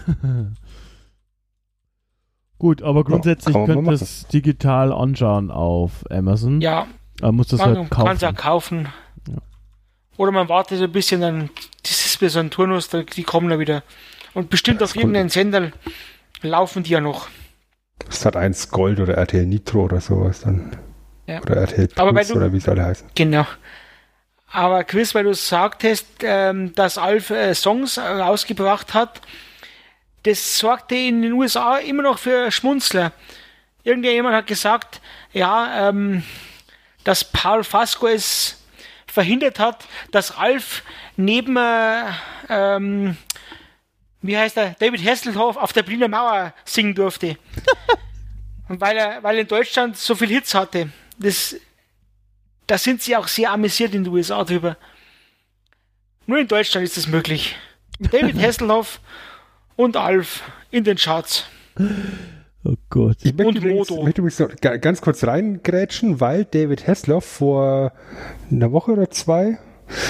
Gut, aber grundsätzlich könnt ihr es digital anschauen auf Amazon. Ja. Man muss das halt kaufen. Kann es ja kaufen. Ja. Oder man wartet ein bisschen, dann das ist wie so ein Turnus, die kommen dann wieder. Und bestimmt auf irgendeinen Sender laufen die ja noch. Das hat eins Gold oder RTL Nitro oder sowas dann. Ja. Oder RTL Plus oder wie es alle heißen. Genau. Aber Chris, weil du sagtest, dass Alf Songs rausgebracht hat, das sorgte in den USA immer noch für Schmunzler. Irgendjemand hat gesagt, ja, dass Paul Fasco es verhindert hat, dass Alf neben wie heißt er, David Hasselhoff auf der Berliner Mauer singen durfte. Und weil er in Deutschland so viel Hits hatte. Da sind sie auch sehr amüsiert in den USA drüber. Nur in Deutschland ist das möglich. David Hasselhoff und Alf in den Charts. Oh Gott. Ich möchte übrigens noch ganz kurz reingrätschen, weil David Hasselhoff vor einer Woche oder 2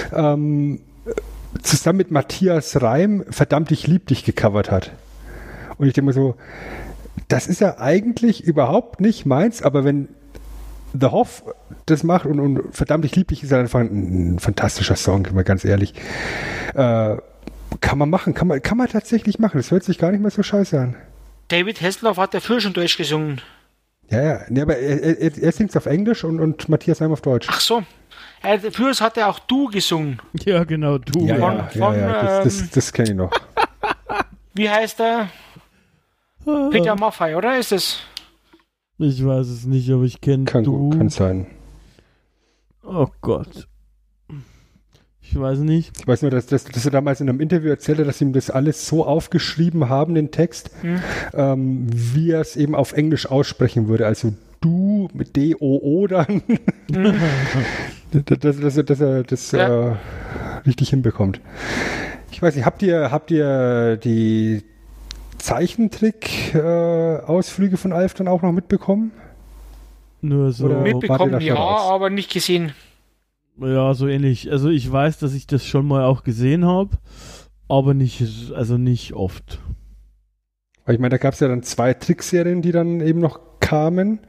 zusammen mit Matthias Reim Verdammt, ich lieb dich gecovert hat. Und ich denke mir so, das ist ja eigentlich überhaupt nicht meins, aber wenn The Hoff das macht und Verdammt, ich lieb dich ist ja einfach ein fantastischer Song, mal ganz ehrlich. Kann man machen, kann man tatsächlich machen. Das hört sich gar nicht mehr so scheiße an. David Hasselhoff hat dafür schon Deutsch gesungen. Ja. Nee, aber er singt es auf Englisch und Matthias Reim auf Deutsch. Ach so. Dafür hat er auch Du gesungen. Ja, genau, Du. Ja, das kenne ich noch. Wie heißt er? Peter Maffay, oder ist es? Ich weiß es nicht, aber ich kenne Du. Kann sein. Oh Gott. Ich weiß nicht. Ich weiß nur, dass er damals in einem Interview erzählte, dass ihm das alles so aufgeschrieben haben, den Text, wie er es eben auf Englisch aussprechen würde. Also Du mit D-O-O dann. dass er das richtig hinbekommt. Ich weiß nicht, habt ihr die Zeichentrick-Ausflüge von Alf dann auch noch mitbekommen? Nur so. Oder mitbekommen, ja, aber nicht gesehen. Ja, so ähnlich. Also ich weiß, dass ich das schon mal auch gesehen habe, aber nicht oft. Ich meine, da gab es ja dann 2 Trickserien, die dann eben noch kamen.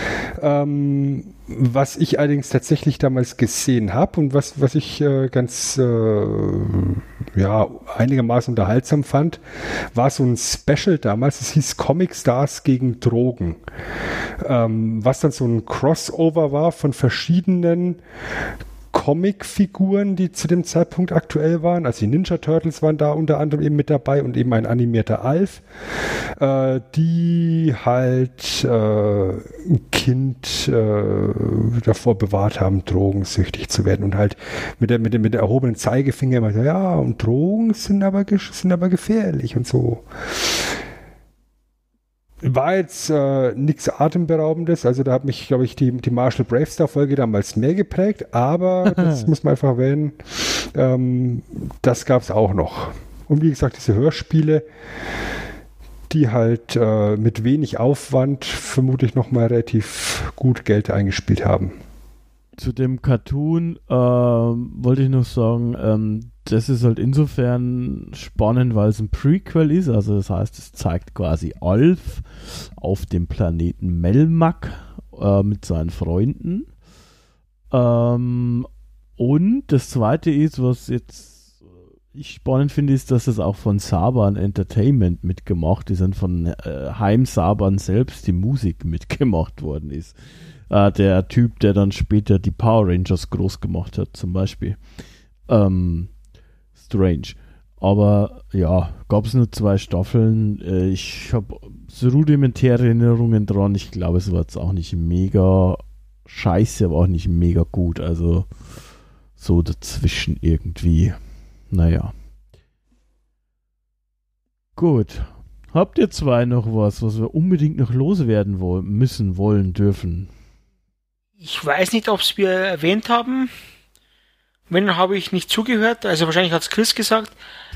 Was ich allerdings tatsächlich damals gesehen habe und was ich ganz einigermaßen unterhaltsam fand, war so ein Special damals, es hieß Comic Stars gegen Drogen. Was dann so ein Crossover war von verschiedenen Comicfiguren, die zu dem Zeitpunkt aktuell waren. Also die Ninja Turtles waren da unter anderem eben mit dabei und eben ein animierter Alf, die halt ein Kind davor bewahrt haben, drogensüchtig zu werden und halt mit der erhobenen Zeigefinger immer so, ja, und Drogen sind aber gefährlich und so. War jetzt nichts Atemberaubendes, also da hat mich, glaube ich, die Marshall Bravestar-Folge damals mehr geprägt, aber das muss man einfach erwähnen, das gab es auch noch. Und wie gesagt, diese Hörspiele, die halt mit wenig Aufwand vermutlich nochmal relativ gut Geld eingespielt haben. Zu dem Cartoon wollte ich noch sagen, das ist halt insofern spannend, weil es ein Prequel ist, also das heißt, es zeigt quasi Alf auf dem Planeten Melmac mit seinen Freunden. Und das zweite ist, was jetzt ich spannend finde, ist, dass es auch von Saban Entertainment mitgemacht ist und von Haim Saban selbst die Musik mitgemacht worden ist. Der Typ, der dann später die Power Rangers groß gemacht hat, zum Beispiel. Strange. Aber ja, gab es nur 2 Staffeln. Ich habe so rudimentäre Erinnerungen dran. Ich glaube, es war jetzt auch nicht mega scheiße, aber auch nicht mega gut. Also so dazwischen irgendwie. Naja. Gut. Habt ihr 2 noch was wir unbedingt noch loswerden wollen, dürfen? Ich weiß nicht, ob es wir erwähnt haben. Wenn, dann habe ich nicht zugehört. Also wahrscheinlich hat es Chris gesagt.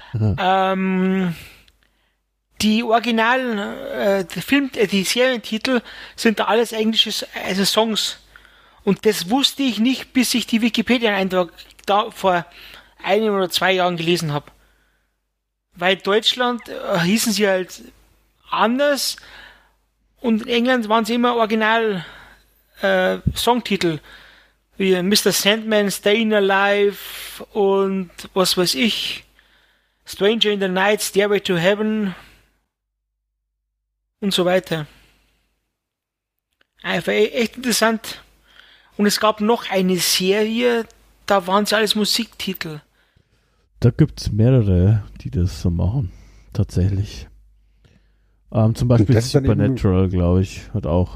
Die Originalen, die Serientitel sind da alles englische Songs. Und das wusste ich nicht, bis ich die Wikipedia-Eintrag da vor 1 oder 2 Jahren gelesen habe. Weil in Deutschland hießen sie halt anders und in England waren sie immer Original Songtitel. Wie Mr. Sandman, Staying Alive und was weiß ich, Stranger in the Night, Stairway to Heaven und so weiter. Einfach echt interessant. Und es gab noch eine Serie, da waren es alles Musiktitel. Da gibt es mehrere, die das so machen. Tatsächlich. Zum Beispiel Supernatural, glaube ich, hat auch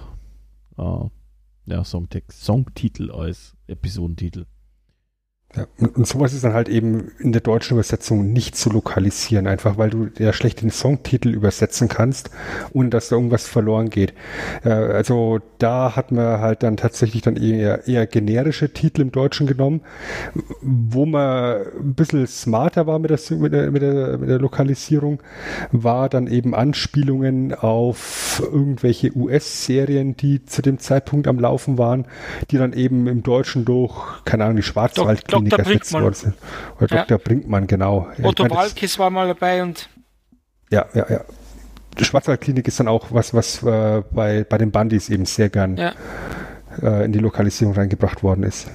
Songtitel als Episodentitel. Ja, und sowas ist dann halt eben in der deutschen Übersetzung nicht zu lokalisieren, einfach weil du ja schlecht den Songtitel übersetzen kannst, ohne dass da irgendwas verloren geht. Also da hat man halt dann tatsächlich dann eher generische Titel im Deutschen genommen, wo man ein bisschen smarter war mit der Lokalisierung, war dann eben Anspielungen auf irgendwelche US-Serien, die zu dem Zeitpunkt am Laufen waren, die dann eben im Deutschen durch, keine Ahnung, die Schwarzwaldklinik Dr. Brinkmann. Oder Dr. Brinkmann, genau. Otto Walkes war mal dabei und ja. Die Schwarzwaldklinik ist dann auch was bei den Bundys eben sehr gern in die Lokalisierung reingebracht worden ist.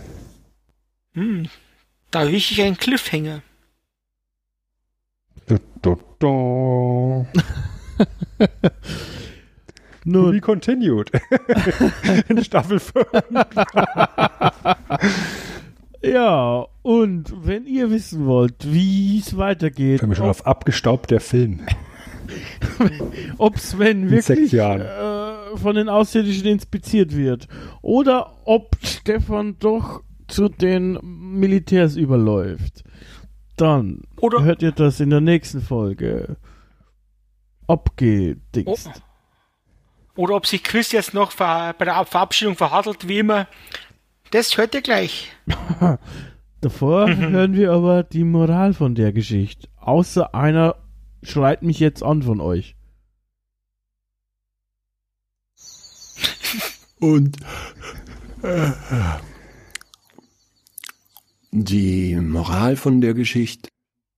Da rieche ich einen Cliffhanger. To be continued. In Staffel 5. Ja, und wenn ihr wissen wollt, wie es weitergeht. Können wir schon auf abgestaubt der Film. Ob Sven wirklich von den Außerirdischen inspiziert wird oder ob Stefan doch zu den Militärs überläuft, dann hört ihr das in der nächsten Folge. Abgedingst. Oder ob sich Chris jetzt noch bei der Verabschiedung verhattelt, wie immer. Das hört ihr gleich. Davor hören wir aber die Moral von der Geschichte. Außer einer schreit mich jetzt an von euch. Und die Moral von der Geschichte?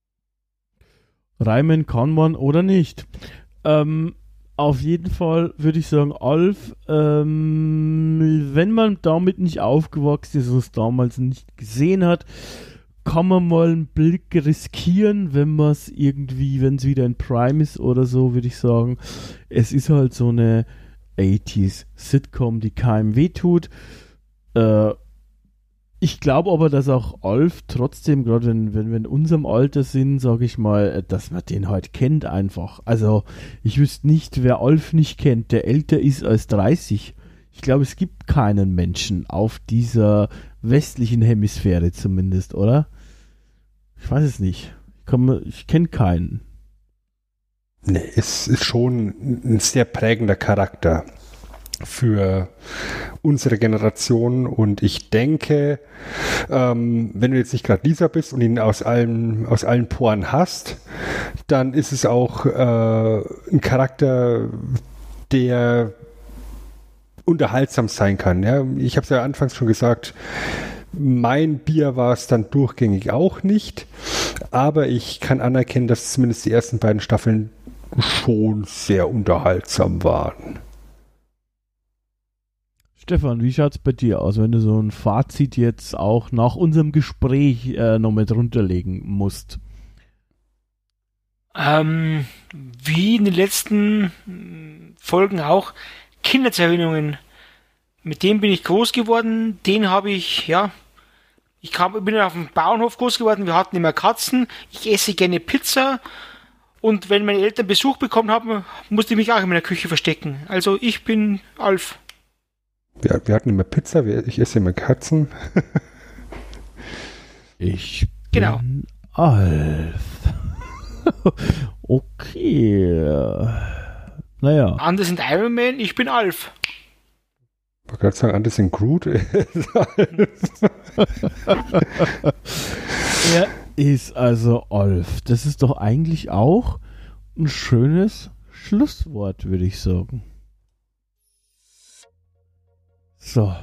Reimen kann man oder nicht. Auf jeden Fall würde ich sagen, Alf, wenn man damit nicht aufgewachsen ist und es damals nicht gesehen hat, kann man mal einen Blick riskieren, wenn man es irgendwie, wenn es wieder in Prime ist oder so, würde ich sagen. Es ist halt so eine 80s Sitcom, die keinem wehtut. Ich glaube aber, dass auch Alf trotzdem, gerade wenn wir in unserem Alter sind, sage ich mal, dass man den halt kennt einfach. Also ich wüsste nicht, wer Alf nicht kennt, der älter ist als 30. Ich glaube, es gibt keinen Menschen auf dieser westlichen Hemisphäre zumindest, oder? Ich weiß es nicht. Ich kenne keinen. Nee, es ist schon ein sehr prägender Charakter für unsere Generation, und ich denke, wenn du jetzt nicht gerade Lisa bist und ihn aus allen Poren hast, dann ist es auch ein Charakter, der unterhaltsam sein kann. Ja? Ich habe es ja anfangs schon gesagt, mein Bier war es dann durchgängig auch nicht, aber ich kann anerkennen, dass zumindest die ersten beiden Staffeln schon sehr unterhaltsam waren. Stefan, wie schaut es bei dir aus, wenn du so ein Fazit jetzt auch nach unserem Gespräch noch mit runterlegen musst? Wie in den letzten Folgen auch, Kinderzeichnungen. Mit dem bin ich groß geworden. Den habe ich, ich bin auf dem Bauernhof groß geworden. Wir hatten immer Katzen. Ich esse gerne Pizza. Und wenn meine Eltern Besuch bekommen haben, musste ich mich auch in meiner Küche verstecken. Also ich bin Alf. Wir hatten immer Pizza, ich esse immer Katzen. Ich bin Alf. Okay. Naja. Andere sind Iron Man, ich bin Alf. Ich wollte gerade sagen, andere sind Groot. Er ist also Alf. Das ist doch eigentlich auch ein schönes Schlusswort, würde ich sagen. So.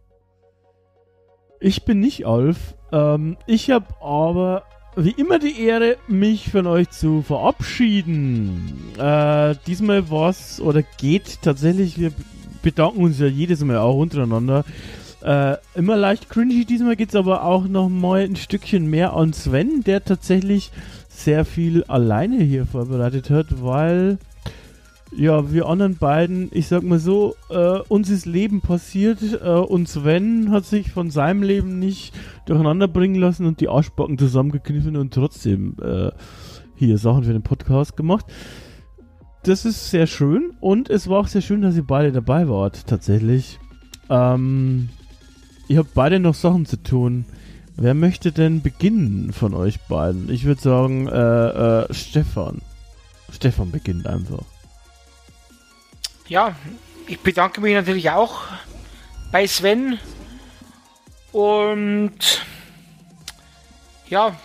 Ich bin nicht Alf. Ich habe aber wie immer die Ehre, mich von euch zu verabschieden. Diesmal war's oder geht tatsächlich, wir bedanken uns ja jedes Mal auch untereinander. Immer leicht cringy, diesmal geht's aber auch noch mal ein Stückchen mehr an Sven, der tatsächlich sehr viel alleine hier vorbereitet hat, weil ja, wir anderen beiden, ich sag mal so, uns ist Leben passiert und Sven hat sich von seinem Leben nicht durcheinander bringen lassen und die Arschbacken zusammengekniffen und trotzdem hier Sachen für den Podcast gemacht. Das ist sehr schön und es war auch sehr schön, dass ihr beide dabei wart, tatsächlich. Ihr habt beide noch Sachen zu tun. Wer möchte denn beginnen von euch beiden? Ich würde sagen, Stefan. Stefan beginnt einfach. Ja, ich bedanke mich natürlich auch bei Sven und ja,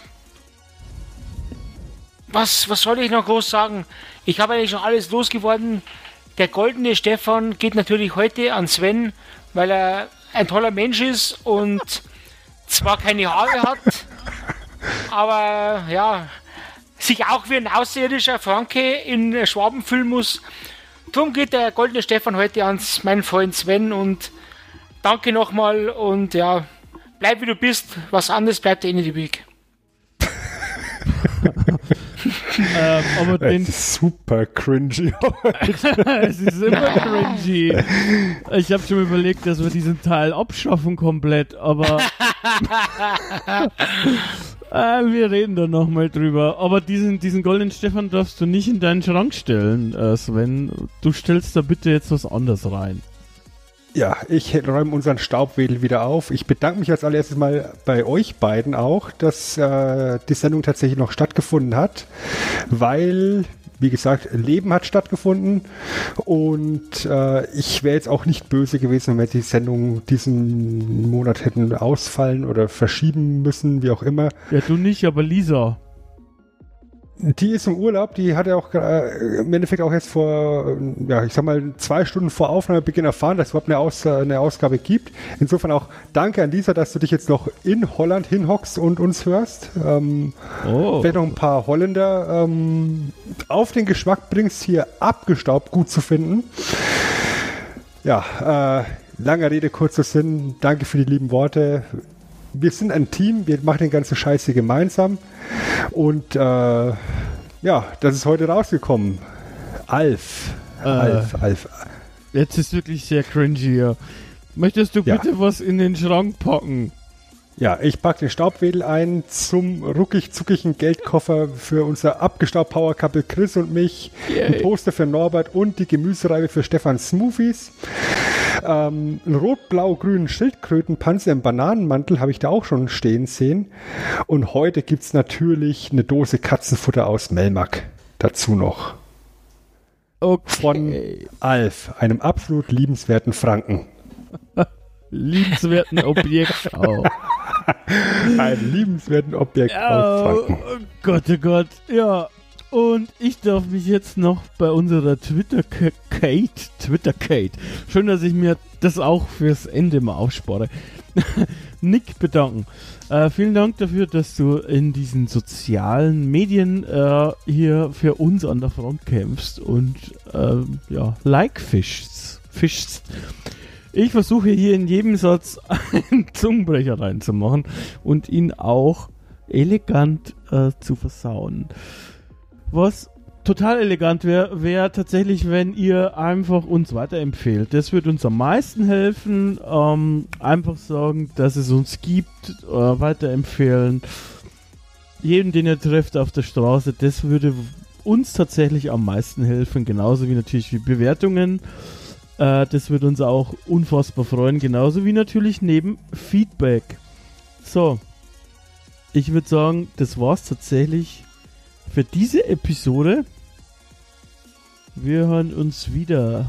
was soll ich noch groß sagen? Ich habe eigentlich schon alles losgeworden. Der goldene Stefan geht natürlich heute an Sven, weil er ein toller Mensch ist und zwar keine Haare hat, aber ja, sich auch wie ein außerirdischer Franke in Schwaben fühlen muss. Darum geht der goldene Stefan heute ans meinen Freund Sven und danke nochmal und ja, bleib wie du bist, was anderes bleibt dir nicht übrig. Aber den es ist super cringy. Es ist immer cringy. Ich habe schon überlegt, dass wir diesen Teil abschaffen komplett, aber wir reden da nochmal drüber. Aber diesen goldenen Stefan darfst du nicht in deinen Schrank stellen, Sven. Du stellst da bitte jetzt was anderes rein. Ja, ich räume unseren Staubwedel wieder auf. Ich bedanke mich als allererstes mal bei euch beiden auch, dass die Sendung tatsächlich noch stattgefunden hat, weil, wie gesagt, Leben hat stattgefunden und ich wäre jetzt auch nicht böse gewesen, wenn wir die Sendung diesen Monat hätten ausfallen oder verschieben müssen, wie auch immer. Ja, du nicht, aber Lisa. Die ist im Urlaub, die hat ja auch im Endeffekt auch jetzt vor, ja, ich sag mal 2 Stunden vor Aufnahmebeginn erfahren, dass es überhaupt eine Ausgabe gibt. Insofern auch danke an Lisa, dass du dich jetzt noch in Holland hinhockst und uns hörst. Vielleicht noch ein paar Holländer auf den Geschmack bringst, hier abgestaubt gut zu finden. Ja, lange Rede, kurzer Sinn. Danke für die lieben Worte. Wir sind ein Team, wir machen den ganzen Scheiß hier gemeinsam. Und ja, das ist heute rausgekommen. Alf. Jetzt ist wirklich sehr cringy hier. Möchtest du bitte was in den Schrank packen? Ja, ich packe den Staubwedel ein zum ruckig-zuckigen Geldkoffer für unser abgestaubt Power-Couple Chris und mich, ein Poster für Norbert und die Gemüsereibe für Stefans Smoothies. Einen rot-blau-grünen Schildkrötenpanzer im Bananenmantel habe ich da auch schon stehen sehen. Und heute gibt es natürlich eine Dose Katzenfutter aus Melmac dazu noch. Okay. Von Alf, einem absolut liebenswerten Franken. Liebenswerten Objekt auch. Ein liebenswerten Objekt aus Franken. Oh Gott, ja. Und ich darf mich jetzt noch bei unserer Twitter-Kate, schön, dass ich mir das auch fürs Ende mal aufspare, Nick bedanken. Vielen Dank dafür, dass du in diesen sozialen Medien hier für uns an der Front kämpfst und fischst. Ich versuche hier in jedem Satz einen Zungenbrecher reinzumachen und ihn auch elegant zu versauen. Was total elegant wäre tatsächlich, wenn ihr einfach uns weiterempfehlt. Das wird uns am meisten helfen. Einfach sagen, dass es uns gibt, weiterempfehlen. Jeden, den ihr trefft auf der Straße, das würde uns tatsächlich am meisten helfen. Genauso wie natürlich wie Bewertungen. Das würde uns auch unfassbar freuen. Genauso wie natürlich neben Feedback. So. Ich würde sagen, das war's tatsächlich für diese Episode. Wir hören uns wieder.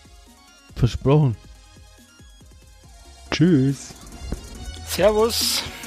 Versprochen. Tschüss. Servus.